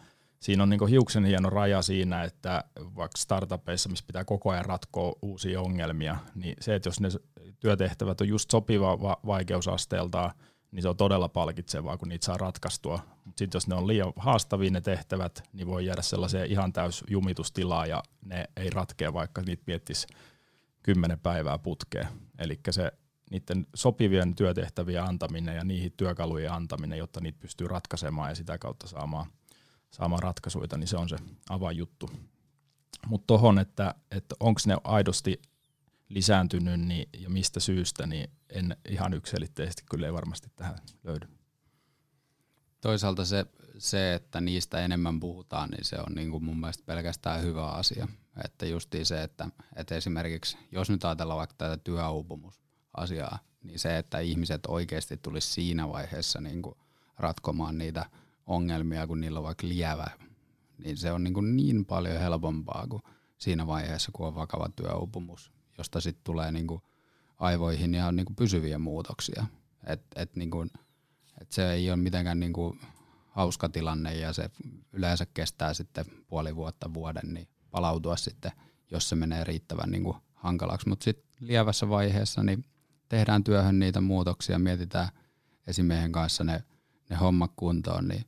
siinä on niin kuin hiuksen hieno raja siinä, että vaikka startupeissa, missä pitää koko ajan ratkoa uusia ongelmia, niin se, että jos ne työtehtävät on just sopiva vaikeusasteeltaan, niin se on todella palkitsevaa, kun niitä saa ratkaistua. Mutta sitten jos ne on liian haastavia ne tehtävät, niin voi jäädä sellaiseen ihan täys jumitustilaan ja ne ei ratkea, vaikka niitä miettisi 10 päivää putkeen. Eli se niiden sopivien työtehtävien antaminen ja niihin työkalujen antaminen, jotta niitä pystyy ratkaisemaan ja sitä kautta saamaan ratkaisuja, niin se on se avainjuttu. Mutta tuohon, että onko ne aidosti lisääntynyt niin, ja mistä syystä, niin en ihan yksiselitteisesti kyllä ei varmasti tähän löydy. Toisaalta se, että niistä enemmän puhutaan, niin se on niin kuin mun mielestä pelkästään hyvä asia. Että justiin se, että esimerkiksi jos nyt ajatellaan vaikka tätä työuupumusasiaa, niin se, että ihmiset oikeasti tulisi siinä vaiheessa niin kuin ratkomaan niitä ongelmia, kun niillä on vaikka lievä, niin se on niin paljon helpompaa kuin siinä vaiheessa, kun on vakava työuupumus, josta sitten tulee niin kuin aivoihin ihan niin kuin pysyviä muutoksia. Et se ei ole mitenkään niin kuin hauska tilanne ja se yleensä kestää sitten puoli vuotta, vuoden, niin palautua sitten, jos se menee riittävän niin kuin hankalaksi. Mutta sitten lievässä vaiheessa niin tehdään työhön niitä muutoksia, mietitään esimiehen kanssa ne hommat kuntoon, niin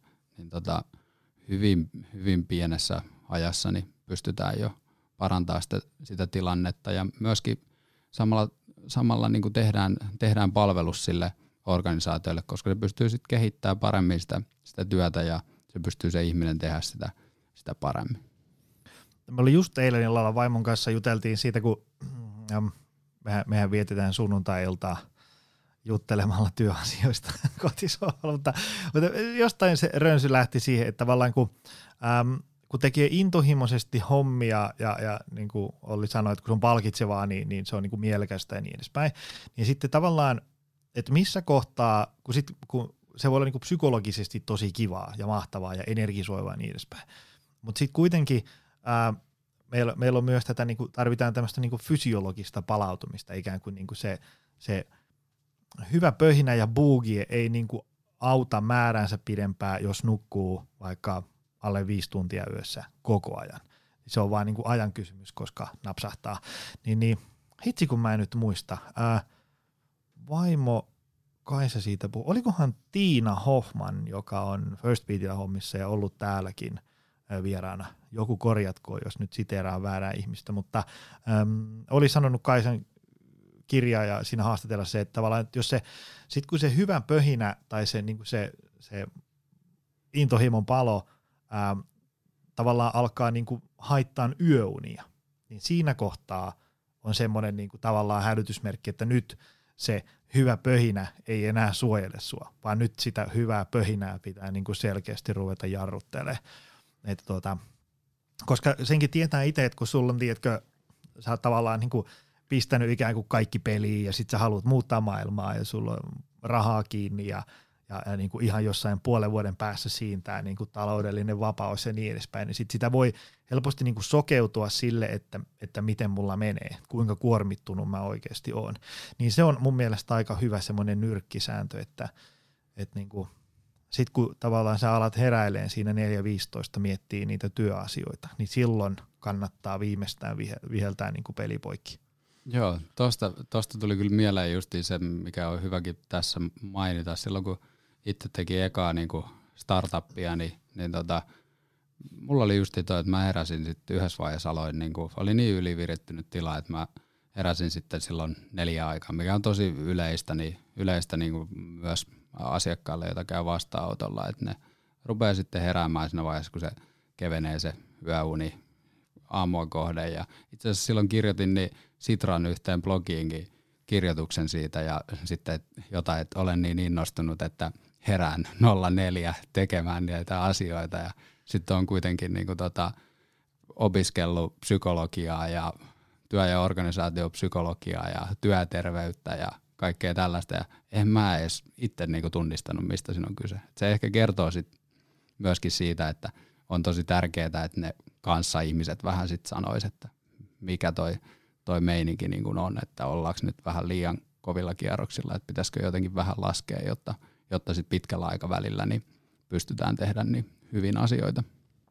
hyvin pienessä ajassa niin pystytään jo parantamaan sitä tilannetta ja myöskin samalla niin kuin tehdään palvelus sille organisaatioille, koska se pystyy sitten kehittämään paremmin sitä työtä ja se pystyy se ihminen tehdä sitä paremmin. Me oli just eilen illalla vaimon kanssa juteltiin siitä, kun mehän vietetään sunnuntai-iltaa juttelemalla työasioista kotisohvalla, mutta jostain se rönsy lähti siihen, että tavallaan kun tekee intohimoisesti hommia ja niin kuin Olli sanoi, että kun se on palkitsevaa, niin se on niin kuin mielekästä ja niin edespäin, niin sitten tavallaan, että missä kohtaa, kun se voi olla niin kuin psykologisesti tosi kivaa ja mahtavaa ja energisoivaa ja niin edespäin, mutta sitten kuitenkin meillä on myös tätä, niin kuin, tarvitaan tämmöistä niin kuin fysiologista palautumista, ikään kuin, niin kuin se hyvä pöhinä ja boogie ei niin kuin auta määränsä pidempään, jos nukkuu vaikka alle 5 tuntia yössä koko ajan. Se on vaan niin kuin ajan kysymys, koska napsahtaa. Niin hitsi kun mä en nyt muista. Vaimo Kaisa siitä puhuu. Olikohan Tiina Hoffman, joka on First Beatillä hommissa ja ollut täälläkin vieraana. Joku korjatkoon, jos nyt siteeraan väärää ihmistä, mutta oli sanonut Kaisan kirjaa ja siinä haastatella se, että tavallaan, että jos sit kun se hyvä pöhinä tai se, niin kuin se intohimon palo tavallaan alkaa niin kuin haittaan yöunia, niin siinä kohtaa on semmoinen niin kuin tavallaan hälytysmerkki, että nyt se hyvä pöhinä ei enää suojele sua, vaan nyt sitä hyvää pöhinää pitää niin kuin selkeästi ruveta jarruttelemaan. Koska senkin tietää itse, että kun sulla on, tiedätkö, sä oot tavallaan niin kuin pistänyt ikään kuin kaikki peliin ja sit sä haluat muuttaa maailmaa ja sulla on rahaa kiinni ja niin kuin ihan jossain puolen vuoden päässä siintää niin kuin taloudellinen vapaus ja niin edespäin, niin sit sitä voi helposti niin kuin sokeutua sille, että miten mulla menee, kuinka kuormittunut mä oikeasti oon. Niin se on mun mielestä aika hyvä semmoinen nyrkkisääntö, että niin kuin sit kun tavallaan sä alat heräileen siinä 4.15 miettii niitä työasioita, niin silloin kannattaa viimeistään viheltää niin kuin pelipoikki. Joo, tosta tuli kyllä mieleen justiin se, mikä on hyväkin tässä mainita. Silloin kun itse teki ekaa niin kuin startuppia, niin mulla oli justiin toi, että mä heräsin sitten yhdessä vaiheessa oli niin ylivirittynyt tila, että mä heräsin sitten silloin 4 aikaa, mikä on tosi yleistä niin kuin myös asiakkaille, joita käy vastaanotolla, että ne rupeaa sitten heräämään siinä vaiheessa, kun se kevenee se yöuni aamua kohden. Ja itse asiassa silloin kirjoitin niin Sitran yhteen blogiinkin kirjoituksen siitä ja sitten jotain, että olen niin innostunut, että herään 04 tekemään näitä asioita ja sitten on kuitenkin niin kuin opiskellut psykologiaa ja työ- ja organisaatiopsykologiaa ja työterveyttä ja kaikkea tällaista ja en mä edes itse niin kuin tunnistanut, mistä siinä on kyse. Se ehkä kertoo sit myöskin siitä, että on tosi tärkeää, että ne kanssaihmiset vähän sitten sanois, että mikä toi meininki niin kuin on, että ollaanko nyt vähän liian kovilla kierroksilla, että pitäisikö jotenkin vähän laskea, jotta sitten pitkällä aikavälillä niin pystytään tehdä niin hyvin asioita.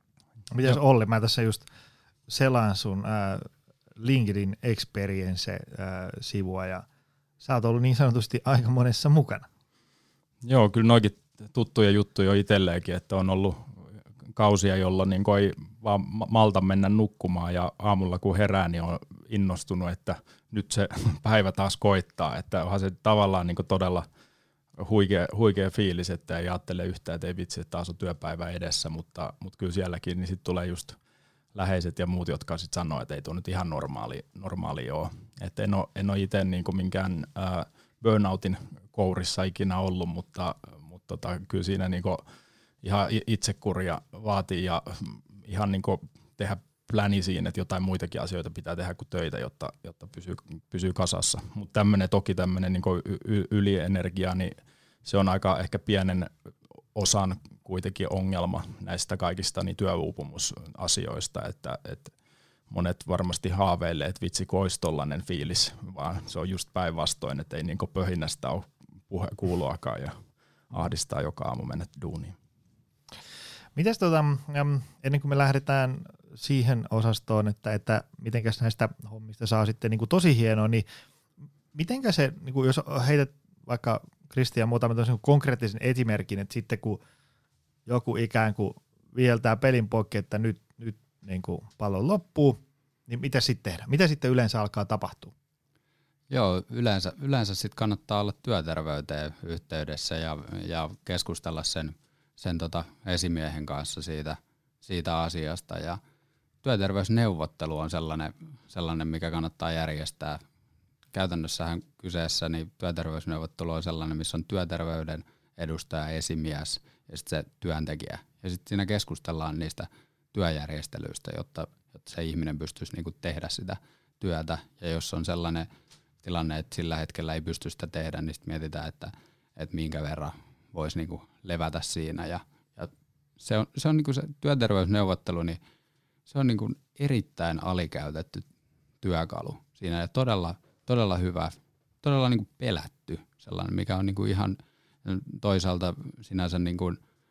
Mites Olli, mä tässä just selaan sun LinkedIn Experience-sivua ja sä oot ollut niin sanotusti aika monessa mukana. Joo, kyllä noikin tuttuja juttuja on itselleenkin, että on ollut kausia, jolloin niin ei vaan malta mennä nukkumaan ja aamulla kun herää, niin on innostunut, että nyt se päivä taas koittaa, että onhan se tavallaan niin todella huikea fiilis, että ei ajattele yhtään, että ei vitsi, että taas on työpäivä edessä, mutta kyllä sielläkin niin sitten tulee just läheiset ja muut, jotka sitten sanoo, että ei tuo nyt ihan normaali ole. Että en ole itse niin minkään burnoutin kourissa ikinä ollut, mutta kyllä siinä niin ihan itsekuria vaatii ja ihan niin tehdä pläni siinä, että jotain muitakin asioita pitää tehdä kuin töitä, jotta pysyy kasassa. Mutta tämmöinen niin ylienergia, niin se on aika ehkä pienen osan kuitenkin ongelma näistä kaikista niin työuupumusasioista, että monet varmasti haaveilee, että vitsi kun olisi tollainen fiilis, vaan se on just päinvastoin, että ei niin pöhinästä ole kuuluakaan ja ahdistaa joka aamu mennä duuniin. Mites ennen kuin me lähdetään siihen osastoon, että mitenkäs näistä hommista saa sitten niin kuin tosi hienoa, niin mitenkä se, niin kuin jos heität vaikka Kristian muutaman konkreettisen esimerkin, että sitten kun joku ikään kuin viheltää pelin poikki, että nyt niin kuin pallo loppuu, niin mitä sitten tehdä? Mitä sitten yleensä alkaa tapahtua? Joo, yleensä sitten kannattaa olla työterveyteen yhteydessä ja keskustella sen esimiehen kanssa siitä asiasta. Ja työterveysneuvottelu on sellainen, mikä kannattaa järjestää. Käytännössähän kyseessä niin työterveysneuvottelu on sellainen, missä on työterveyden edustaja, esimies ja sitten se työntekijä. Ja sitten siinä keskustellaan niistä työjärjestelyistä, jotta se ihminen pystyisi niinku tehdä sitä työtä. Ja jos on sellainen tilanne, että sillä hetkellä ei pysty sitä tehdä, niin sitten mietitään, että minkä verran voisi niinku levätä siinä. Ja se on niinku se työterveysneuvottelu, niin se on niinku erittäin alikäytetty työkalu siinä ja todella hyvä, todella niinku pelätty sellainen, mikä on niinku ihan toisaalta sinänsä niinku,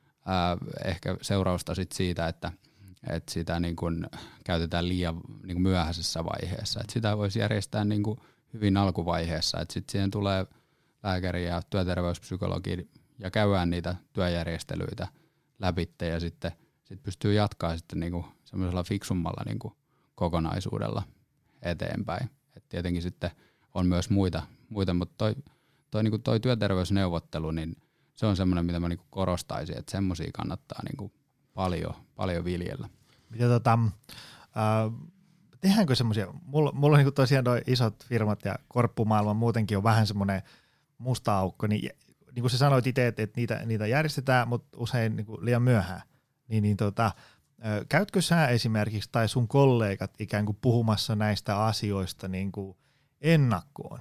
ehkä seurausta sit siitä, että sitä niinku käytetään liian niinku myöhäisessä vaiheessa. Et sitä voisi järjestää niinku hyvin alkuvaiheessa, että sitten siihen tulee lääkäri ja työterveyspsykologi ja käydään niitä työjärjestelyitä läpitte ja sitten pystyy jatkaa sitten niinku semmoisella fiksummalla niinku kokonaisuudella eteenpäin. Et tietenkin sitten on myös muita mutta toi työterveysneuvottelu, niin se on semmoinen, mitä mä niinku korostaisin, että semmoisia kannattaa niinku paljon viljellä. Mitä tehdäänkö semmoisia, mulla on niinku tosiaan noi isot firmat ja korppumaailma muutenkin on vähän semmoinen musta aukko, niin kuin sä sanoit itse, että niitä järjestetään, mutta usein niinku liian myöhään. Käytkö sä esimerkiksi tai sun kollegat ikään kuin puhumassa näistä asioista niin kuin ennakkoon?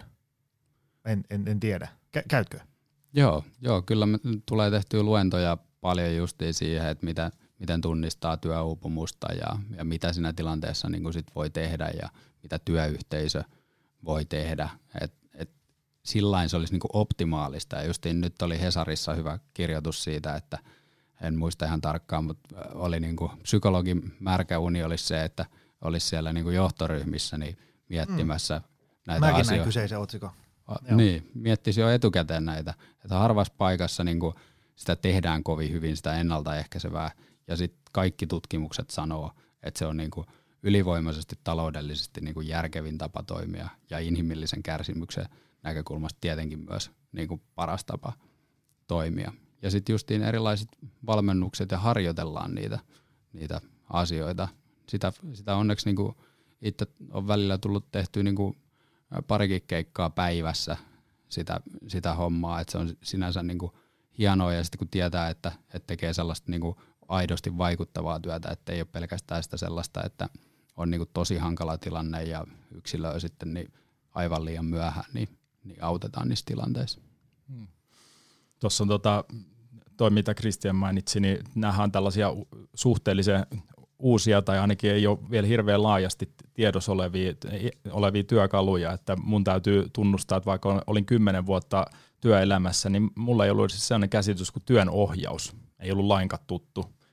En tiedä. Käytkö? Joo, kyllä me tulee tehtyä luentoja paljon justiin siihen, että miten tunnistaa työuupumusta ja mitä siinä tilanteessa niin kuin sit voi tehdä ja mitä työyhteisö voi tehdä. Sillain se olisi niin kuin optimaalista ja justiin nyt oli Hesarissa hyvä kirjoitus siitä, että en muista ihan tarkkaan, mutta oli niin kuin psykologin märkä uni olisi se, että olisi siellä niin kuin johtoryhmissä niin miettimässä näitä asioita. Mäkin näin kyseisen otsikon. Niin, miettisi jo etukäteen näitä, että harvassa paikassa niin kuin sitä tehdään kovin hyvin, sitä ennaltaehkäisevää, ja sitten kaikki tutkimukset sanoo, että se on niin kuin ylivoimaisesti taloudellisesti niin kuin järkevin tapa toimia, ja inhimillisen kärsimyksen näkökulmasta tietenkin myös niin kuin paras tapa toimia. Ja sitten justiin erilaiset valmennukset ja harjoitellaan niitä asioita. Sitä onneksi niin kuin itse on välillä tullut tehtyä niin kuin parikin keikkaa päivässä sitä hommaa, että se on sinänsä niin kuin hienoa ja sitten kun tietää, että tekee sellaista niin kuin aidosti vaikuttavaa työtä, että ei ole pelkästään sitä sellaista, että on niin kuin tosi hankala tilanne ja yksilöä sitten niin aivan liian myöhään, niin autetaan niissä tilanteissa. Tuossa on toi, mitä Kristian mainitsi, niin nämähän on tällaisia suhteellisen uusia tai ainakin ei ole vielä hirveän laajasti tiedossa olevia työkaluja, että mun täytyy tunnustaa, että vaikka olin 10 vuotta työelämässä, niin mulla ei ollut siis sellainen käsitys kuin työn ohjaus, ei ollut lainkaan tuttu.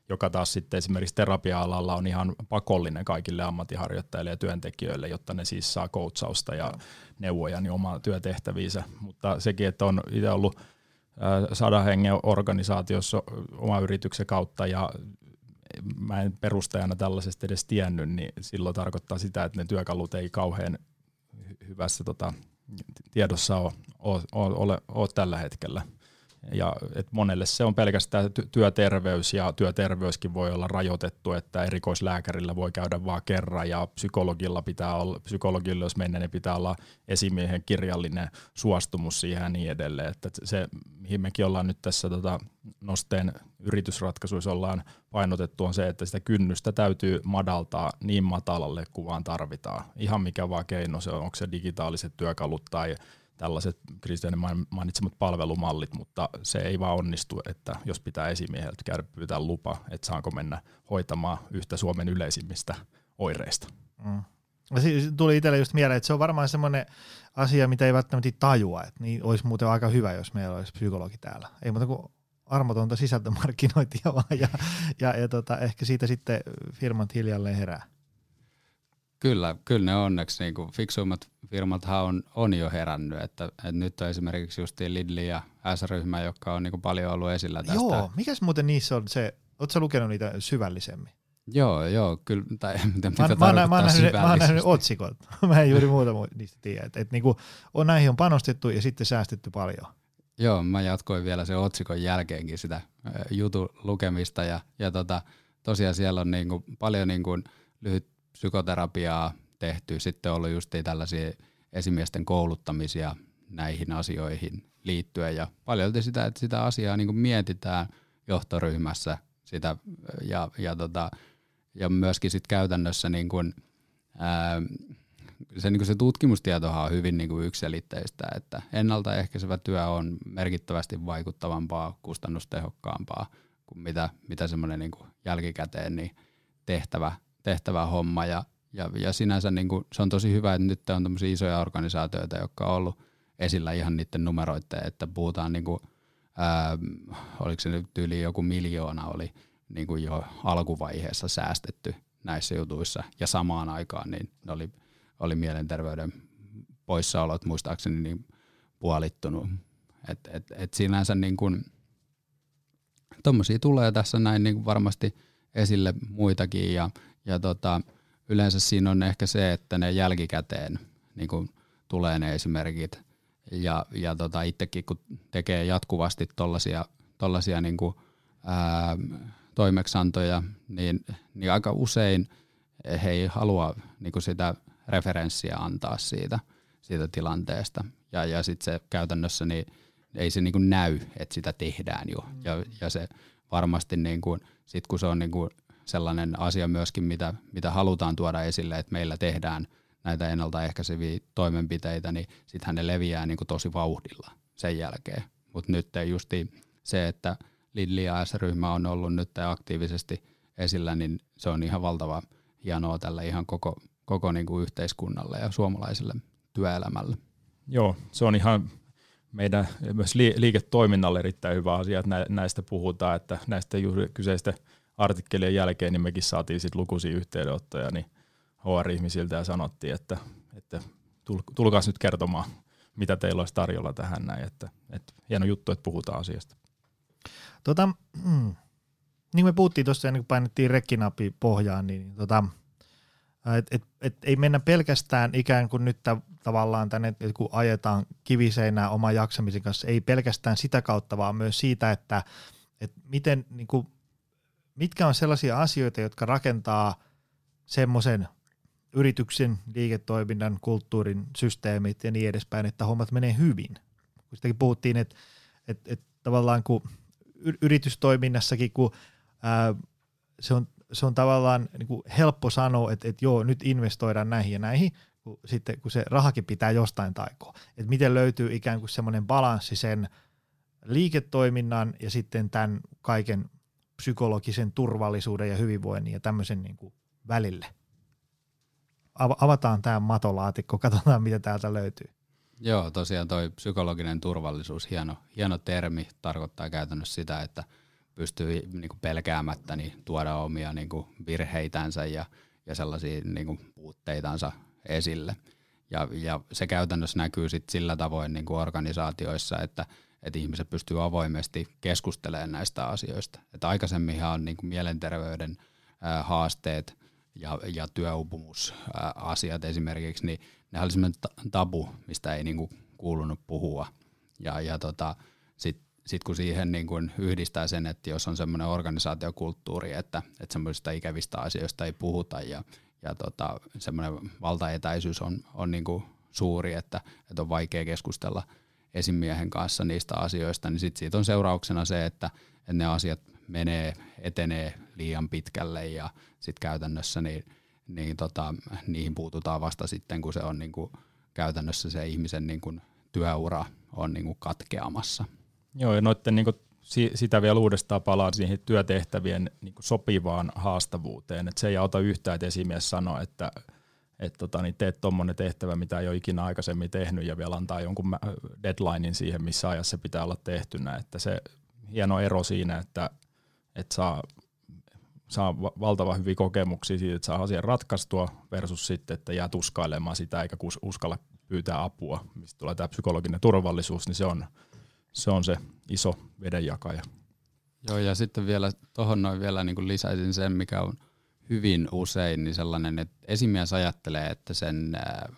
joka taas sitten esimerkiksi terapia-alalla on ihan pakollinen kaikille ammattiharjoittajille ja työntekijöille, jotta ne siis saa coachausta ja neuvoja niin omaan työtehtäviinsä. Mutta sekin, että on itse ollut 100 hengen organisaatiossa oma yrityksen kautta ja mä en perustajana tällaisesta edes tiennyt, niin silloin tarkoittaa sitä, että ne työkalut ei kauhean hyvässä tiedossa ole tällä hetkellä. Ja et monelle se on pelkästään työterveys, ja työterveyskin voi olla rajoitettu, että erikoislääkärillä voi käydä vain kerran, ja psykologilla jos mennään, niin pitää olla esimiehen kirjallinen suostumus siihen ja niin edelleen. Että se, mihin mekin ollaan nyt tässä Nosteen yritysratkaisuissa ollaan painotettu, on se, että sitä kynnystä täytyy madaltaa niin matalalle kuin vaan tarvitaan. Ihan mikä vaan keino se on, onko se digitaaliset työkalut tai tällaiset Kristianin mainitsemat palvelumallit, mutta se ei vaan onnistu, että jos pitää esimieheltä käydä pyytää lupa, että saanko mennä hoitamaan yhtä Suomen yleisimmistä oireista. Mm. Tuli itselle just mieleen, että se on varmaan semmoinen asia, mitä ei välttämättä tajua, että niin olisi muuten aika hyvä, jos meillä olisi psykologi täällä. Ei muuta kuin armotonta sisältömarkkinointia vaan, ja ehkä siitä sitten firmat hiljalleen herää. Kyllä ne onneksi niin kuin fiksuimmat firmathan on jo herännyt, että nyt on esimerkiksi justiin Lidl ja S-ryhmä, joka on niin kuin paljon ollut esillä tästä. Joo, mikäs muuten niissä on se, ootko sä lukenut niitä syvällisemmin? Joo, kyllä, tai mitä mä oon nähnyt otsikot, mä en juuri muuta niistä tiedä, että niinku, näihin on panostettu ja sitten säästetty paljon. Joo, mä jatkoin vielä sen otsikon jälkeenkin sitä jutun lukemista ja tosiaan siellä on niinku paljon niinku lyhyt psykoterapiaa tehty, sitten on ollut justiin tällaisia esimiesten kouluttamisia näihin asioihin liittyen ja paljolti sitä, että sitä asiaa niin kuin mietitään johtoryhmässä sitä ja myöskin sit käytännössä niin kuin, se tutkimustietohan on hyvin niin kuin yksiselitteistä, että ennaltaehkäisevä työ on merkittävästi vaikuttavampaa, kustannustehokkaampaa kuin mitä semmoinen niin kuin jälkikäteen niin tehtävä homma ja sinänsä niin kuin, se on tosi hyvä, että nyt on tämmöisiä isoja organisaatioita, jotka on ollut esillä ihan niiden numeroitteen, että puhutaan niin kuin, oliko se nyt yli joku 1 miljoona oli niin kuin jo alkuvaiheessa säästetty näissä jutuissa ja samaan aikaan niin oli mielenterveyden poissaolot muistaakseni niin puolittunut. Et sinänsä niin kuin, tommosia tulee tässä näin niin kuin varmasti esille muitakin ja yleensä siinä on ehkä se, että ne jälkikäteen niin kuin tulee ne esimerkit ja itsekin kun tekee jatkuvasti tollaisia niin kuin, toimeksiantoja, niin aika usein he ei halua niin kuin sitä referenssiä antaa siitä tilanteesta ja sitten se käytännössä niin ei se niin kuin näy, että sitä tehdään jo ja se varmasti niin kuin, sit kun se on niin kuin sellainen asia myöskin, mitä halutaan tuoda esille, että meillä tehdään näitä ennaltaehkäiseviä toimenpiteitä, niin sittenhän ne leviää niin kuin tosi vauhdilla sen jälkeen. Mutta nyt justiin se, että Lidl ja S-ryhmä on ollut nyt aktiivisesti esillä, niin se on ihan valtava hienoa tällä ihan koko niin kuin yhteiskunnalle ja suomalaiselle työelämälle. Joo, se on ihan meidän myös liiketoiminnalle erittäin hyvä asia, että näistä puhutaan, että näistä kyseistä artikkelien jälkeen niin mekin saatiin sit lukuisia yhteydenottoja niin HR-ihmisiltä ja sanottiin, että tulkaas nyt kertomaan, mitä teillä olisi tarjolla tähän näin, että hieno juttu, että puhutaan asiasta. Niin kuin me puhuttiin tuossa ennen kuin painettiin rekkinappi pohjaan, niin ei mennä pelkästään ikään kuin nyt tavallaan tänne, kun ajetaan kiviseinää oman jaksamisen kanssa, ei pelkästään sitä kautta, vaan myös siitä, että miten, niin kuin, mitkä on sellaisia asioita, jotka rakentaa semmoisen yrityksen, liiketoiminnan, kulttuurin, systeemit ja niin edespäin, että hommat menee hyvin. Kun sitäkin puhuttiin, että tavallaan kun yritystoiminnassakin, kun se on tavallaan niin kuin helppo sanoa, että joo, nyt investoidaan näihin ja näihin, kun se rahakin pitää jostain taikoa. Että miten löytyy ikään kuin semmoinen balanssi sen liiketoiminnan ja sitten tämän kaiken psykologisen turvallisuuden ja hyvinvoinnin ja tämmöisen niin kuin välille. Avataan tämä matolaatikko, katsotaan mitä täältä löytyy. Joo, tosiaan toi psykologinen turvallisuus, hieno termi, tarkoittaa käytännössä sitä, että pystyy niin kuin pelkäämättä niin tuoda omia niin kuin virheitänsä ja sellaisia niin kuin puutteitansa esille. Ja se käytännössä näkyy sit sillä tavoin niin kuin organisaatioissa, että ihmiset pystyy avoimesti keskustelemaan näistä asioista. Että aikaisemminhan on niin kuin mielenterveyden haasteet ja työuupumusasiat esimerkiksi, niin ne oli semmoinen tabu, mistä ei niin kuin kuulunut puhua. Sitten kun siihen niin kuin yhdistää sen, että jos on semmoinen organisaatiokulttuuri, että semmoisista ikävistä asioista ei puhuta ja semmoinen valtaetäisyys on niin kuin suuri, että on vaikea keskustella esimiehen kanssa niistä asioista, niin sitten siitä on seurauksena se, että ne asiat etenee liian pitkälle ja sitten käytännössä niihin puututaan vasta sitten, kun se on niin kuin käytännössä se ihmisen niin kuin työura on niin kuin katkeamassa. Joo, ja noitten niin kuin sitä vielä uudestaan palaa siihen työtehtävien niin kuin sopivaan haastavuuteen, että se ei auta yhtään, että esimies sanoo, että teet tuommoinen tehtävä, mitä ei ole ikinä aikaisemmin tehnyt ja vielä antaa jonkun deadlinein siihen, missä ajassa se pitää olla tehtynä, että se hieno ero siinä, että saa valtavan hyviä kokemuksia siitä, että saa asian ratkaistua versus sitten, että jää tuskailemaan sitä eikä uskalla pyytää apua, mistä tulee tämä psykologinen turvallisuus, niin se on se iso vedenjakaja. Joo, ja sitten vielä tuohon noin vielä niin kuin lisäisin sen, mikä on hyvin usein niin sellainen, että esimies ajattelee, että sen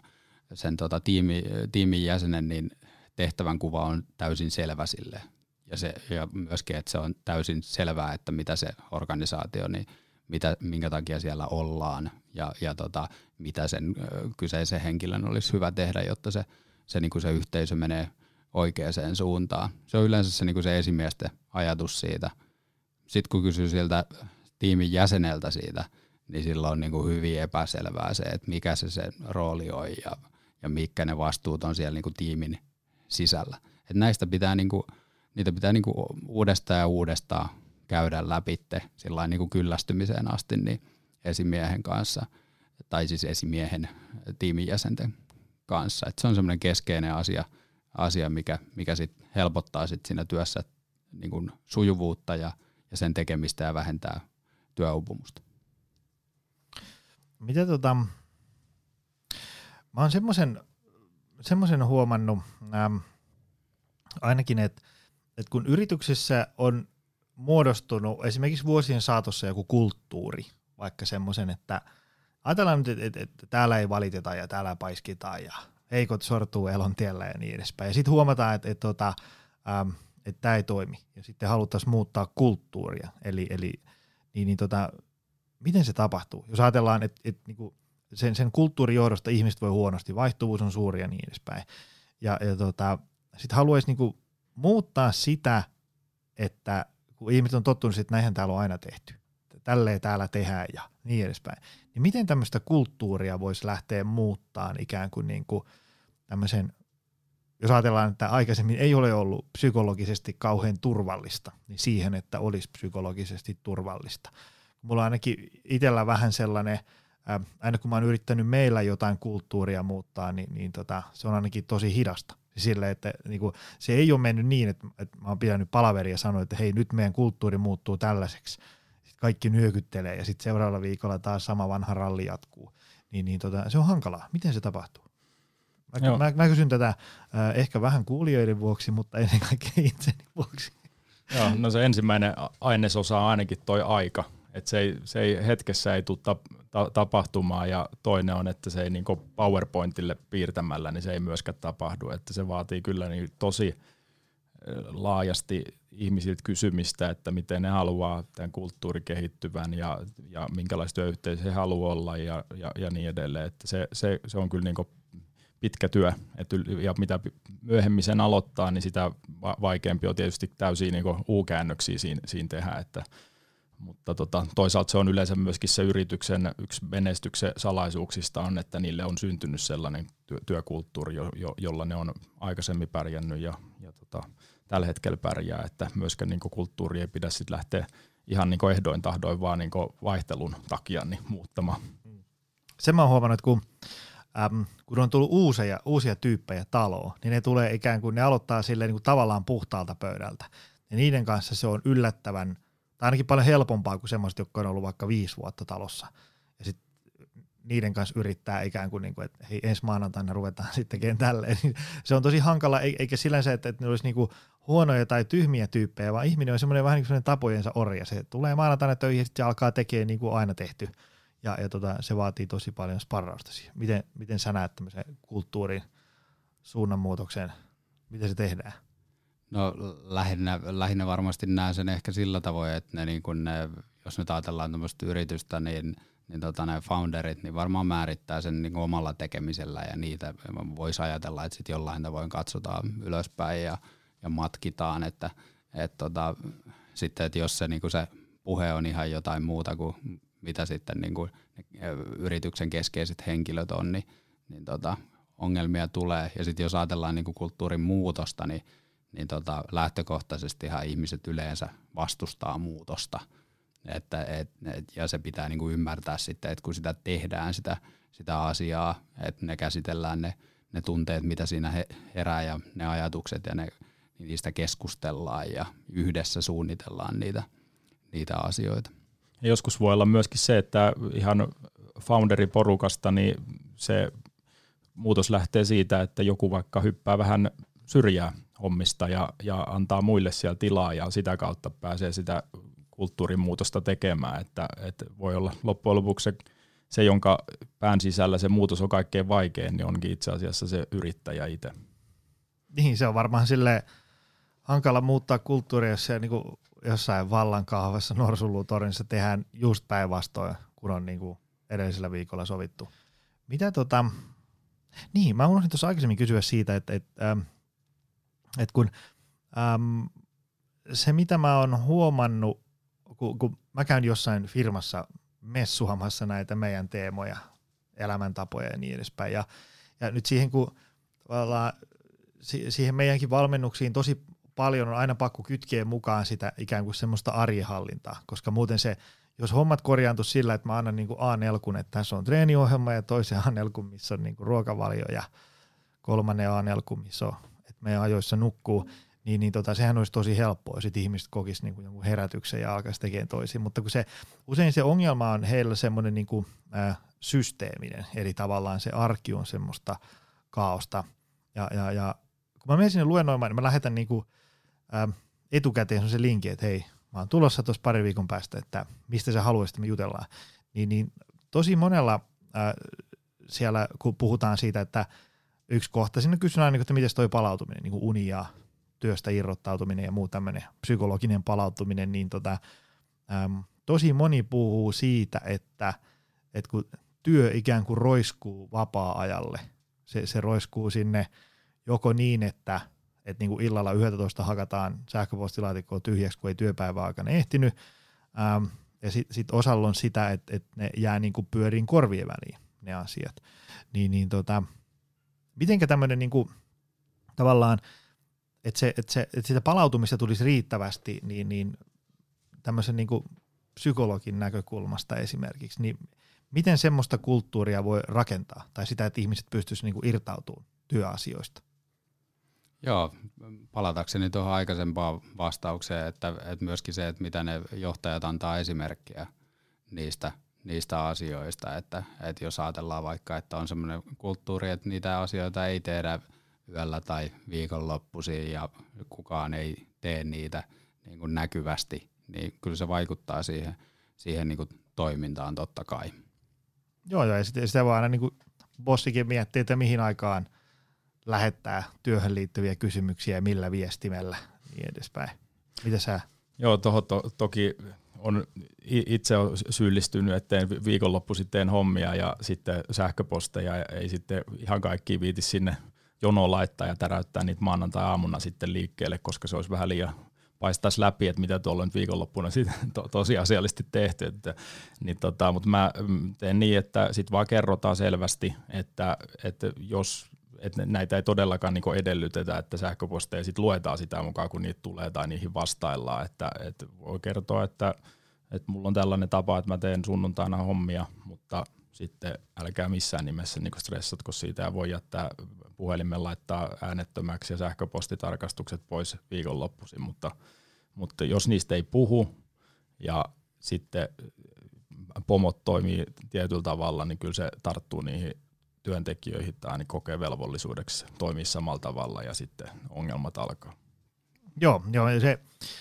tiimin jäsenen niin tehtävän kuva on täysin selvä sille. Ja myöskin, että se on täysin selvää, että mitä se organisaatio, niin minkä takia siellä ollaan ja mitä sen kyseisen henkilön olisi hyvä tehdä, jotta se, niin kuin se yhteisö menee oikeaan suuntaan. Se on yleensä se, niin kuin se esimiesten ajatus siitä. Sitten kun kysyy siltä tiimin jäseneltä siitä, niin silloin on niin kuin hyvin epäselvää se, että mikä se rooli on ja mitkä ne vastuut on siellä niin kuin tiimin sisällä. Et näistä pitää niitä pitää niin kuin uudestaan ja uudestaan käydä läpitte sillain niin kuin kyllästymiseen asti niin esimiehen kanssa, tai siis esimiehen tiimin jäsenten kanssa. Et se on semmoinen keskeinen asia mikä sit helpottaa sit siinä työssä niin kuin sujuvuutta ja sen tekemistä ja vähentää työuupumusta. Mitä mä oon semmoisen huomannut ainakin, että kun yrityksessä on muodostunut esimerkiksi vuosien saatossa joku kulttuuri, vaikka semmoisen, että ajatellaan nyt, että täällä ei valiteta ja täällä paiskitaan ja heikot sortuu elontiellä ja niin edespäin. Ja sitten huomataan, että tämä ei toimi ja sitten haluttaisiin muuttaa kulttuuria. Eli miten se tapahtuu? Jos ajatellaan, että niinku sen kulttuurin johdosta ihmiset voi huonosti, vaihtuvuus on suuri ja niin edespäin. Ja sitten haluaisi niinku muuttaa sitä, että kun ihmiset on tottunut, että näinhän täällä on aina tehty, tälleen täällä tehdään ja niin edespäin, niin miten tämmöistä kulttuuria voisi lähteä muuttaa ikään kuin niinku tämmöisen, jos ajatellaan, että aikaisemmin ei ole ollut psykologisesti kauhean turvallista, niin siihen, että olisi psykologisesti turvallista. Mulla on ainakin itsellä vähän sellainen, aina kun mä oon yrittänyt meillä jotain kulttuuria muuttaa, niin se on ainakin tosi hidasta. Sille, että niinku, se ei ole mennyt niin, että mä oon pitänyt palaveria ja sanonut, että hei, nyt meidän kulttuuri muuttuu tällaiseksi. Sitten kaikki nyökyttelee ja sitten seuraavalla viikolla taas sama vanha ralli jatkuu. Se on hankalaa. Miten se tapahtuu? Mä kysyn tätä ehkä vähän kuulijoiden vuoksi, mutta ennen kaikkea itseni vuoksi. Joo, no se ensimmäinen ainesosa on ainakin toi aika. Että se ei hetkessä ei tule tapahtumaan ja toinen on, että se ei niin PowerPointille piirtämällä, niin se ei myöskään tapahdu. Että se vaatii kyllä niin tosi laajasti ihmisiltä kysymistä, että miten ne haluaa tämän kulttuurin kehittyvän ja minkälaista työyhteisöä he haluaa olla ja niin edelleen. Että se on kyllä niin pitkä työ ja mitä myöhemmin sen aloittaa, niin sitä vaikeampi on tietysti täysiä niin U-käännöksiä siinä tehdä, mutta toisaalta se on yleensä myöskin se yrityksen yksi menestyksen salaisuuksista on, että niille on syntynyt sellainen työkulttuuri, jolla ne on aikaisemmin pärjännyt ja tällä hetkellä pärjää, että myöskään niin kulttuuri ei pidä sitten lähteä ihan niin ehdoin tahdoin vaan niin vaihtelun takia niin muuttamaan. Sen mä oon huomannut, että kun on tullut uusia tyyppejä taloon, niin ne tulee ikään kuin, ne aloittaa silleen niin kuin tavallaan puhtaalta pöydältä. Ja niiden kanssa se on yllättävän tai ainakin paljon helpompaa kuin semmoiset, jotka on ollut vaikka 5 vuotta talossa. Ja sitten niiden kanssa yrittää ikään kuin, että hei, ensi maanantaina ruvetaan sitten tekemään tälleen. Se on tosi hankala, eikä sillä se, että ne olisi niin kuin huonoja tai tyhmiä tyyppejä, vaan ihminen on semmoinen vähän niin kuin tapojensa orja. Se tulee maanantaina töihin ja sitten se alkaa tekemään niin kuin aina tehty. Ja se vaatii tosi paljon sparrausta siihen. Miten sä näet tämmöisen kulttuurin suunnanmuutoksen? Miten se tehdään? No lähinnä varmasti näen sen ehkä sillä tavoin, että jos nyt ajatellaan tämmöistä yritystä, niin ne founderit niin varmaan määrittää sen niin kuin omalla tekemisellä ja niitä voisi ajatella, että sitten jollain tavoin katsotaan ylöspäin ja matkitaan, että sitten että jos se, niin kuin se puhe on ihan jotain muuta kuin mitä sitten niin kuin yrityksen keskeiset henkilöt on, niin ongelmia tulee. Ja sitten jos ajatellaan niin kuin kulttuurin muutosta, niin lähtökohtaisestihan ihmiset yleensä vastustaa muutosta. Ja se pitää niin kuin ymmärtää sitten, että kun sitä tehdään sitä asiaa, että ne käsitellään ne tunteet, mitä siinä herää ja ne ajatukset ja niin niistä keskustellaan ja yhdessä suunnitellaan niitä asioita. Ja joskus voi olla myöskin se, että ihan founderiporukasta niin se muutos lähtee siitä, että joku vaikka hyppää vähän syrjää hommista ja antaa muille siellä tilaa ja sitä kautta pääsee sitä kulttuurin muutosta tekemään, että voi olla loppujen lopuksi se, jonka pään sisällä se muutos on kaikkein vaikein, niin onkin itse asiassa se yrittäjä itse. Niin, se on varmaan silleen hankala muuttaa kulttuuria, jos se niin jossain vallankahvassa Norsunluutornissa tehdään just päinvastoin, kun on niin kuin edellisellä viikolla sovittu. Mitä niin, mä unohdin tuossa aikaisemmin kysyä siitä, että kun se mitä mä oon huomannut, kun mä käyn jossain firmassa messuhamassa näitä meidän teemoja, elämäntapoja ja niin edespäin, ja nyt siihen kun siihen meidänkin valmennuksiin tosi paljon on aina pakko kytkeä mukaan sitä ikään kuin semmoista arjenhallintaa, koska muuten se, jos hommat korjaantu sillä, että mä annan niin kuin A4, että tässä on treeniohjelma ja toisen A4, missä on niin kuin ruokavalio ja kolmannen A4, missä on, että meidän ajoissa nukkuu, niin sehän olisi tosi helppoa, jos ihmiset kokisivat niin kuin jonkun herätyksen ja alkaisi tekemään toisin, mutta kun usein se ongelma on heillä semmoinen niin kuin, systeeminen, eli tavallaan se arki on semmoista kaaosta, ja kun mä menen sinne luennoimaan, niin mä lähetän niin kuin, etukäteen semmoisen linkin, että hei, mä oon tulossa tuossa pari viikon päästä, että mistä sä haluaisit, että me jutellaan, niin tosi monella siellä, kun puhutaan siitä, että yksi kohta, siinä kysytään, että miten toi palautuminen, niin kuin uni ja työstä irrottautuminen ja muu tämmöinen psykologinen palautuminen, niin tosi moni puhuu siitä, että kun työ ikään kuin roiskuu vapaa-ajalle, se roiskuu sinne joko niin, että niin kuin illalla 11 hakataan sähköpostilaatikkoa tyhjäksi, kun ei työpäivän aikana ehtinyt, ja sit osalla on sitä, että ne jää niin kuin pyöriin korvien väliin ne asiat. Mitenkä tämmöinen niin kuin, tavallaan, että sitä palautumista tulisi riittävästi, niin tämmöisen niin kuin psykologin näkökulmasta esimerkiksi, niin miten semmoista kulttuuria voi rakentaa, tai sitä, että ihmiset pystyisivät niin kuin irtautumaan työasioista? Joo, palatakseni tuohon aikaisempaan vastaukseen, että myöskin se, että mitä ne johtajat antaa esimerkkiä niistä asioista, että jos ajatellaan vaikka, että on semmoinen kulttuuri, että niitä asioita ei tehdä yöllä tai viikonloppuisin ja kukaan ei tee niitä niin kuin näkyvästi, niin kyllä se vaikuttaa siihen niin kuin toimintaan totta kai. Joo, ja sitä voi aina niin kuin bossikin miettiä, että mihin aikaan lähettää työhön liittyviä kysymyksiä ja millä viestimellä niin edespäin. Mitä sä? Joo, tuohon toki on itse on syyllistynyt, että teen viikonloppu sitten hommia ja sitten sähköposteja ei sitten ihan kaikki viiti sinne jonoon laittaa ja täräyttää niitä maanantai-aamuna sitten liikkeelle, koska se olisi vähän liian paistaisi läpi, että mitä tuolla on nyt viikonloppuna tosiasiallisesti tehty. Mutta mä teen niin, että sitten vaan kerrotaan selvästi, että näitä ei todellakaan niin edellytetä, että sähköposteja sit luetaan sitä mukaan, kun niitä tulee tai niihin vastaillaan. Että voi kertoa, että mulla on tällainen tapa, että mä teen sunnuntaina hommia, mutta sitten älkää missään nimessä niin stressatko siitä ja voi jättää puhelimen laittaa äänettömäksi ja sähköpostitarkastukset pois viikonloppuisin, mutta jos niistä ei puhu ja sitten pomot toimii tietyllä tavalla, niin kyllä se tarttuu niihin työntekijöihin tai niin kokee velvollisuudeksi toimia samalla tavalla ja sitten ongelmat alkaa. Joo, ja se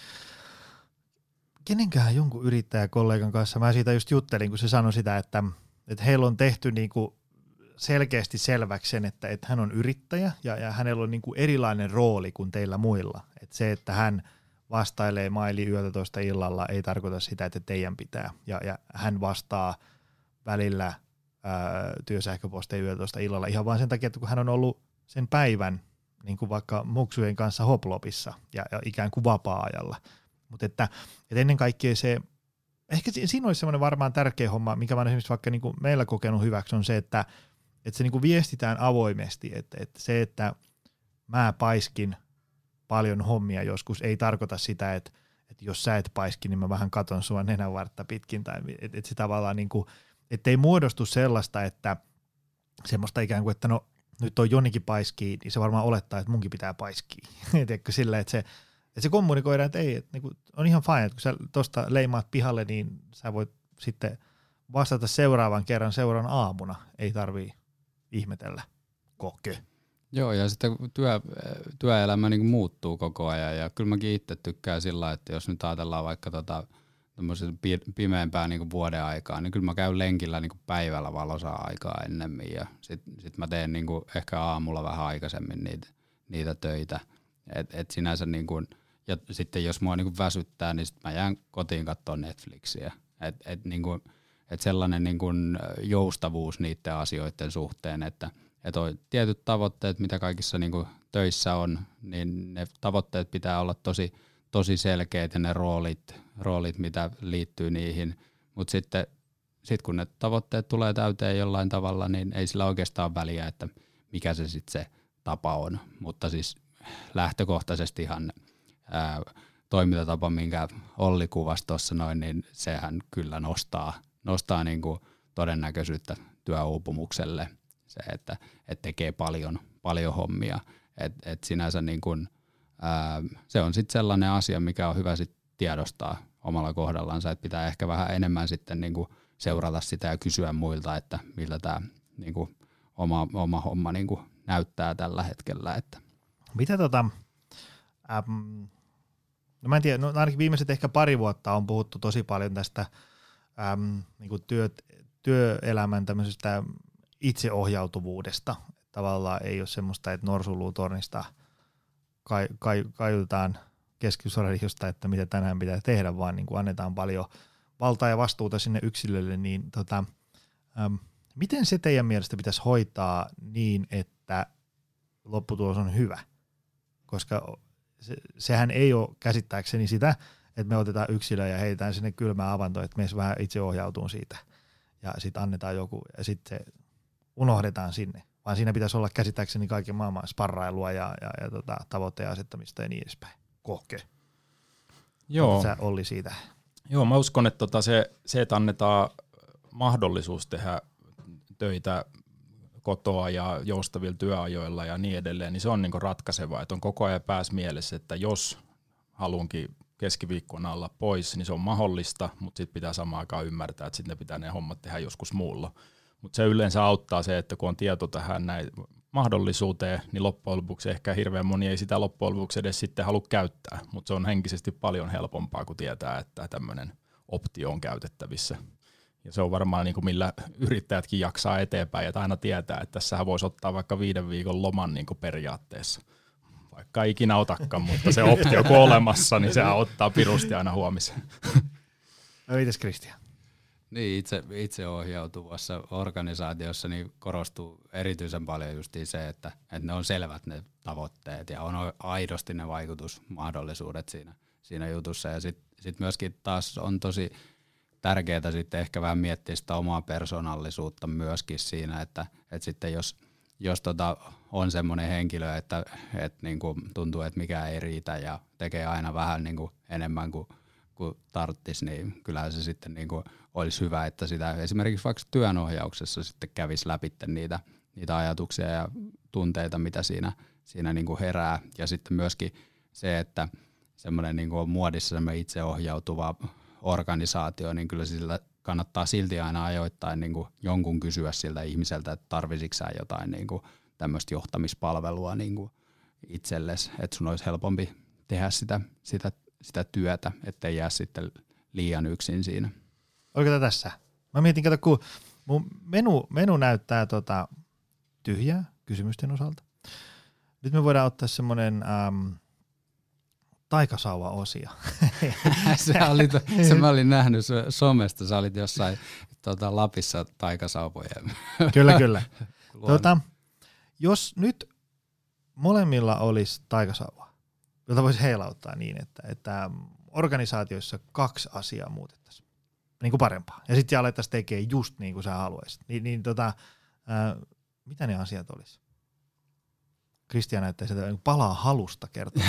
kenenkään jonkun yrittäjäkollegan kanssa, mä siitä just juttelin, kun se sanoi sitä, että heillä on tehty niinku selkeästi selväksi sen, että hän on yrittäjä ja hänellä on niinku erilainen rooli kuin teillä muilla. Et se, että hän vastailee maili 11 illalla, ei tarkoita sitä, että teidän pitää. Ja hän vastaa välillä työsähköposteja 11 illalla ihan vain sen takia, että kun hän on ollut sen päivän niin kuin vaikka muksujen kanssa hoplopissa ja ikään kuin vapaa-ajalla. Mutta että ennen kaikkea se, ehkä siinä olisi semmoinen varmaan tärkeä homma, mikä mä olen esimerkiksi vaikka niin kuin meillä kokenut hyväksi, on se, että se niin kuin viestitään avoimesti, että se, että mä paiskin paljon hommia joskus, ei tarkoita sitä, että jos sä et paiski, niin mä vähän katon sua nenänvartta pitkin, tai että se tavallaan niin kuin, ettei muodostu sellaista, että semmoista ikään kuin, että no nyt on Jonikin paiskii, niin se varmaan olettaa, että munkin pitää paiskii. Tiedätkö sillä, että se kommunikoidaan, että ei, että niin on ihan fine, että kun sä tuosta leimaat pihalle, niin sä voit sitten vastata seuraavan kerran seuraavan aamuna. Ei tarvii ihmetellä. Kokö. Joo, ja sitten työelämä niin kuin muuttuu koko ajan, ja kyllä mäkin itse tykkään sillä, että jos nyt ajatellaan vaikka pimeämpää niin kuin vuoden aikaa, niin kyllä mä käyn lenkillä niin kuin päivällä valosaa aikaa ennemmin, ja sit mä teen niin kuin ehkä aamulla vähän aikaisemmin niitä töitä. Et sinänsä niin kuin, ja sitten jos mua niin kuin väsyttää, niin sit mä jään kotiin katsomaan Netflixiä. Et sellainen niin kuin joustavuus niiden asioiden suhteen, että on tietyt tavoitteet, mitä kaikissa niin kuin töissä on, niin ne tavoitteet pitää olla tosi selkeät ja ne roolit, mitä liittyy niihin, mutta sitten kun ne tavoitteet tulee täyteen jollain tavalla, niin ei sillä oikeastaan väliä, että mikä se sitten se tapa on, mutta siis lähtökohtaisesti ihan toimintatapa, minkä Olli kuvasi tuossa noin, niin sehän kyllä nostaa niin kuin todennäköisyyttä työuupumukselle. Se, että tekee paljon hommia. Et sinänsä niin kun, se on sitten sellainen asia, mikä on hyvä sit tiedostaa omalla kohdallansa, että pitää ehkä vähän enemmän sitten niin kun seurata sitä ja kysyä muilta, että miltä tämä niin kun oma homma niin kun näyttää tällä hetkellä. Että. Mitä no mä en tiedä, no ainakin viimeiset ehkä pari vuotta on puhuttu tosi paljon tästä niin kun työelämän tämmöisestä itseohjautuvuudesta. Tavallaan ei ole semmoista, että norsuluutornista kaiutetaan Keskusradiosta, että mitä tänään pitää tehdä, vaan niin kuin annetaan paljon valtaa ja vastuuta sinne yksilölle. Niin miten se teidän mielestä pitäisi hoitaa niin, että lopputulos on hyvä? Koska sehän ei ole käsittääkseni sitä, että me otetaan yksilö ja heitetään sinne kylmään avantoon, että me vähän itse ohjautuu siitä. Ja sitten annetaan joku, ja sitten se unohdetaan sinne, vaan siinä pitäisi olla käsittääkseni kaiken maailman sparrailua ja tavoitteen asettamista ja niin edespäin. Kohke. Joo. Sä Olli siitä? Joo, mä uskon, että se, että annetaan mahdollisuus tehdä töitä kotoa ja joustavilla työajoilla ja niin edelleen, niin se on niinku ratkaisevaa, että on koko ajan pääs mielessä, että jos haluankin keskiviikkona olla pois, niin se on mahdollista, mutta sitten pitää samaan aikaan ymmärtää, että sitten ne pitää ne hommat tehdä joskus muulla. Mutta se yleensä auttaa se, että kun on tieto tähän näin mahdollisuuteen, niin loppujen lopuksi ehkä hirveän moni ei sitä loppujen lopuksi edes sitten halua käyttää, mutta se on henkisesti paljon helpompaa, kun tietää, että tämmöinen optio on käytettävissä. Ja se on varmaan niin kuin millä yrittäjätkin jaksaa eteenpäin, että aina tietää, että tässähän voisi ottaa vaikka 5 viikon loman niin kuin periaatteessa. Vaikka ei ikinä otakaan, mutta se optio kun on olemassa, niin sehän ottaa pirusti aina huomiseen. No mites Kristian? Niin, itseohjautuvassa organisaatiossa niin korostuu erityisen paljon justiin se, että ne on selvät ne tavoitteet ja on aidosti ne vaikutusmahdollisuudet siinä jutussa. Ja sitten myöskin taas on tosi tärkeää sitten ehkä vähän miettiä sitä omaa persoonallisuutta myöskin siinä, että sitten jos on semmoinen henkilö, että niinku tuntuu, että mikään ei riitä ja tekee aina vähän niinku enemmän kuin tarttisi, niin kyllähän se sitten niinku olisi hyvä, että sitä esimerkiksi vaikka työnohjauksessa sitten kävisi läpi niitä ajatuksia ja tunteita, mitä siinä niinku herää. Ja sitten myöskin se, että semmoinen niinku on muodissa semmoinen itseohjautuva organisaatio, niin kyllä sillä kannattaa silti aina ajoittain niin kuin jonkun kysyä siltä ihmiseltä, että tarvisitko sä jotain niin kuin tämmöistä johtamispalvelua niin kuin itsellesi, että sun olisi helpompi tehdä sitä työtä, ettei jää sitten liian yksin siinä. Oliko tämä tässä? Mä mietin, kato, kun mun menu näyttää tyhjää kysymysten osalta. Nyt me voidaan ottaa semmoinen taikasauva-osia. Se mä olin nähnyt somesta, sä olit jossain Lapissa taikasauvojen. Kyllä. Jos nyt molemmilla olisi taikasauva, jota voisi heilauttaa niin, että organisaatioissa 2 asiaa muutettaisiin niin kuin parempaa. Ja sitten alettaisiin tekemään just niin kuin sä haluaisit. Mitä ne asiat olisi? Kristian näyttää sitä palaa halusta kertoa.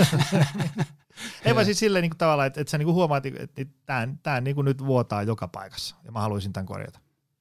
Ei vaan siis silleen niin kuin tavallaan, että sä niin kuin huomaat, että tämä niin kuin nyt vuotaa joka paikassa. Ja mä haluaisin tämän korjata.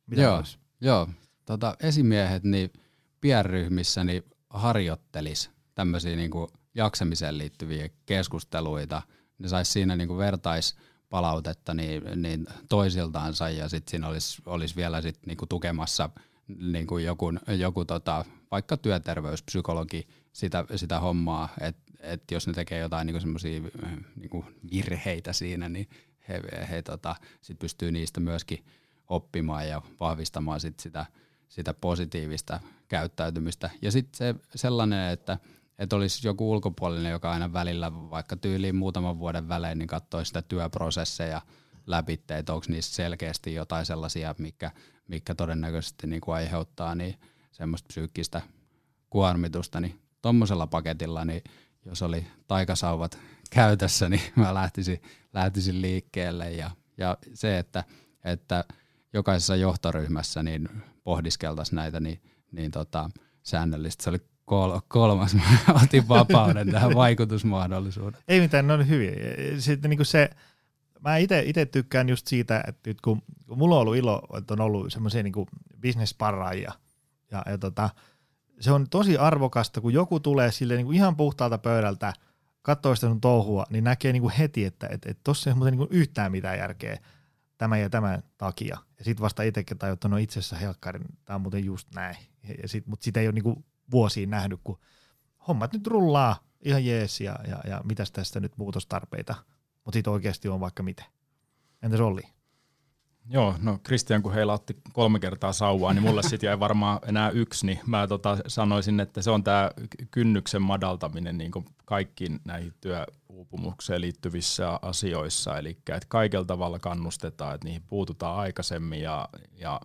Joo. Esimiehet niin pienryhmissä niin harjoittelis tämmöisiä niin kuin jaksamiseen liittyviä keskusteluita. Ne sais siinä niin kuin vertaispalautetta niin toisiltaansa ja sitten siinä olisi vielä sit niin kuin tukemassa niin kuin joku vaikka työterveyspsykologi sitä hommaa, että jos ne tekee jotain niin kuin semmoisia niin kuin virheitä siinä, niin he sit pystyy niistä myöskin oppimaan ja vahvistamaan sitä positiivista käyttäytymistä. Ja sitten se sellainen, että olisi joku ulkopuolinen, joka aina välillä vaikka tyyliin muutaman vuoden välein, niin katsoi sitä työprosesseja läpi, että onko niissä selkeästi jotain sellaisia, mikä todennäköisesti niin kuin aiheuttaa niin semmoista psyykkistä kuormitusta, niin tommosella paketilla, niin jos oli taikasauvat käytössä, niin mä lähtisin liikkeelle ja se, että jokaisessa johtoryhmässä niin pohdiskeltaisiin näitä niin säännöllisesti. Se oli kolmas, mä otin vapauden tähän vaikutusmahdollisuuden. Ei mitään, ne on hyviä. Sitten niin kuin mä itse tykkään just siitä, että nyt kun mulla on ollut ilo, että on ollut semmoisia niin kuin business-sparraajia ja se on tosi arvokasta, kun joku tulee sille niin kuin ihan puhtaalta pöydältä, katsoo sitä sun touhua, niin näkee niin kuin heti, että tossa ei ole niin kuin yhtään mitään järkeä tämän ja tämän takia. Ja sit vasta itsekin tajuu, että no itse asiassa helkkarin, tää on muuten just näin. Mutta sitä ei ole niin kuin vuosiin nähnyt, kun hommat nyt rullaa ihan jees ja mitäs tästä nyt muutostarpeita, mutta sit oikeasti on vaikka miten. Entäs Olli? Joo, no Kristian kun heillä otti 3 kertaa sauvaa, niin mulle sitten jäi varmaan enää 1, niin mä sanoisin, että se on tämä kynnyksen madaltaminen niin kuin kaikkiin näihin työuupumukseen liittyvissä asioissa, eli että kaikella tavalla kannustetaan, että niihin puututaan aikaisemmin ja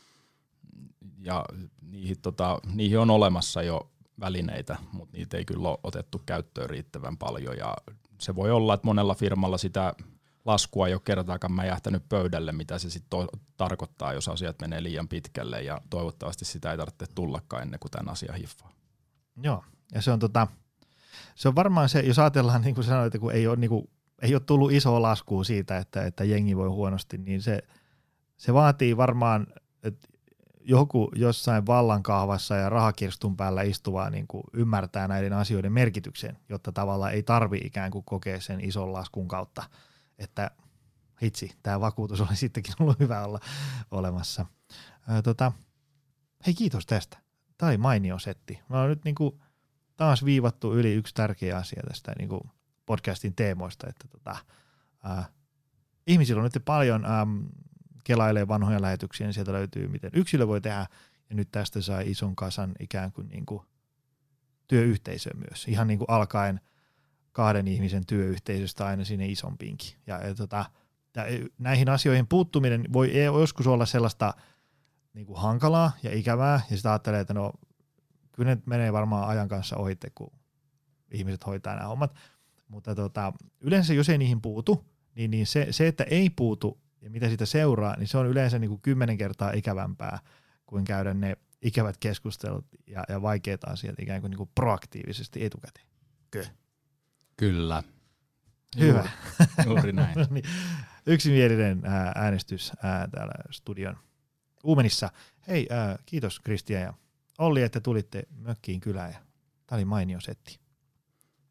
niihin on olemassa jo välineitä, mutta niitä ei kyllä ole otettu käyttöön riittävän paljon ja se voi olla, että monella firmalla sitä laskua ei ole kertaakaan mäjähtänyt pöydälle, mitä se sitten tarkoittaa, jos asiat menee liian pitkälle ja toivottavasti sitä ei tarvitse tullakaan ennen kuin tämän asian hiffaa. Joo, ja se on varmaan se, jos ajatellaan niin kuin sanoit, että kun ei ole tullut isoa laskua siitä, että jengi voi huonosti, niin se vaatii varmaan, että joku jossain vallankahvassa ja rahakirstun päällä istuvaa niin kuin ymmärtää näiden asioiden merkityksen, jotta tavallaan ei tarvi ikään kuin kokea sen ison laskun kautta, että hitsi, tämä vakuutus oli sittenkin ollut hyvä olla olemassa. Hei, kiitos tästä. Tämä oli mainio setti. Me on nyt niin kuin taas viivattu yli yksi tärkeä asia tästä niin kuin podcastin teemoista, että ihmisillä on nyt paljon kelailee vanhoja lähetyksiä, niin sieltä löytyy, miten yksilö voi tehdä, ja nyt tästä sai ison kasan ikään kuin, työyhteisö myös, ihan niin kuin alkaen 2 ihmisen työyhteisöstä aina sinne isompiinkin. Ja näihin asioihin puuttuminen voi joskus olla sellaista niin kuin hankalaa ja ikävää, ja sitä ajattelee, että no kyllä ne menee varmaan ajan kanssa ohitte, kun ihmiset hoitaa nämä hommat, mutta yleensä jos ei niihin puutu, niin se, että ei puutu ja mitä siitä seuraa, niin se on yleensä niin kuin 10 kertaa ikävämpää kuin käydä ne ikävät keskustelut ja vaikeat asiat ikään kuin, proaktiivisesti etukäteen. Kyllä. Hyvä. Juuri näin. Yksimielinen äänestys täällä studion uumenissa. Hei, kiitos Kristian ja Olli, että tulitte mökkiin kylään. Tämä oli mainio setti.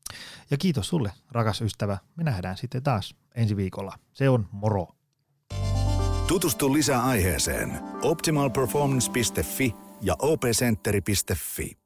Ja kiitos sulle, rakas ystävä. Me nähdään sitten taas ensi viikolla. Se on moro. Tutustu lisää aiheeseen optimalperformance.fi ja opcenteri.fi.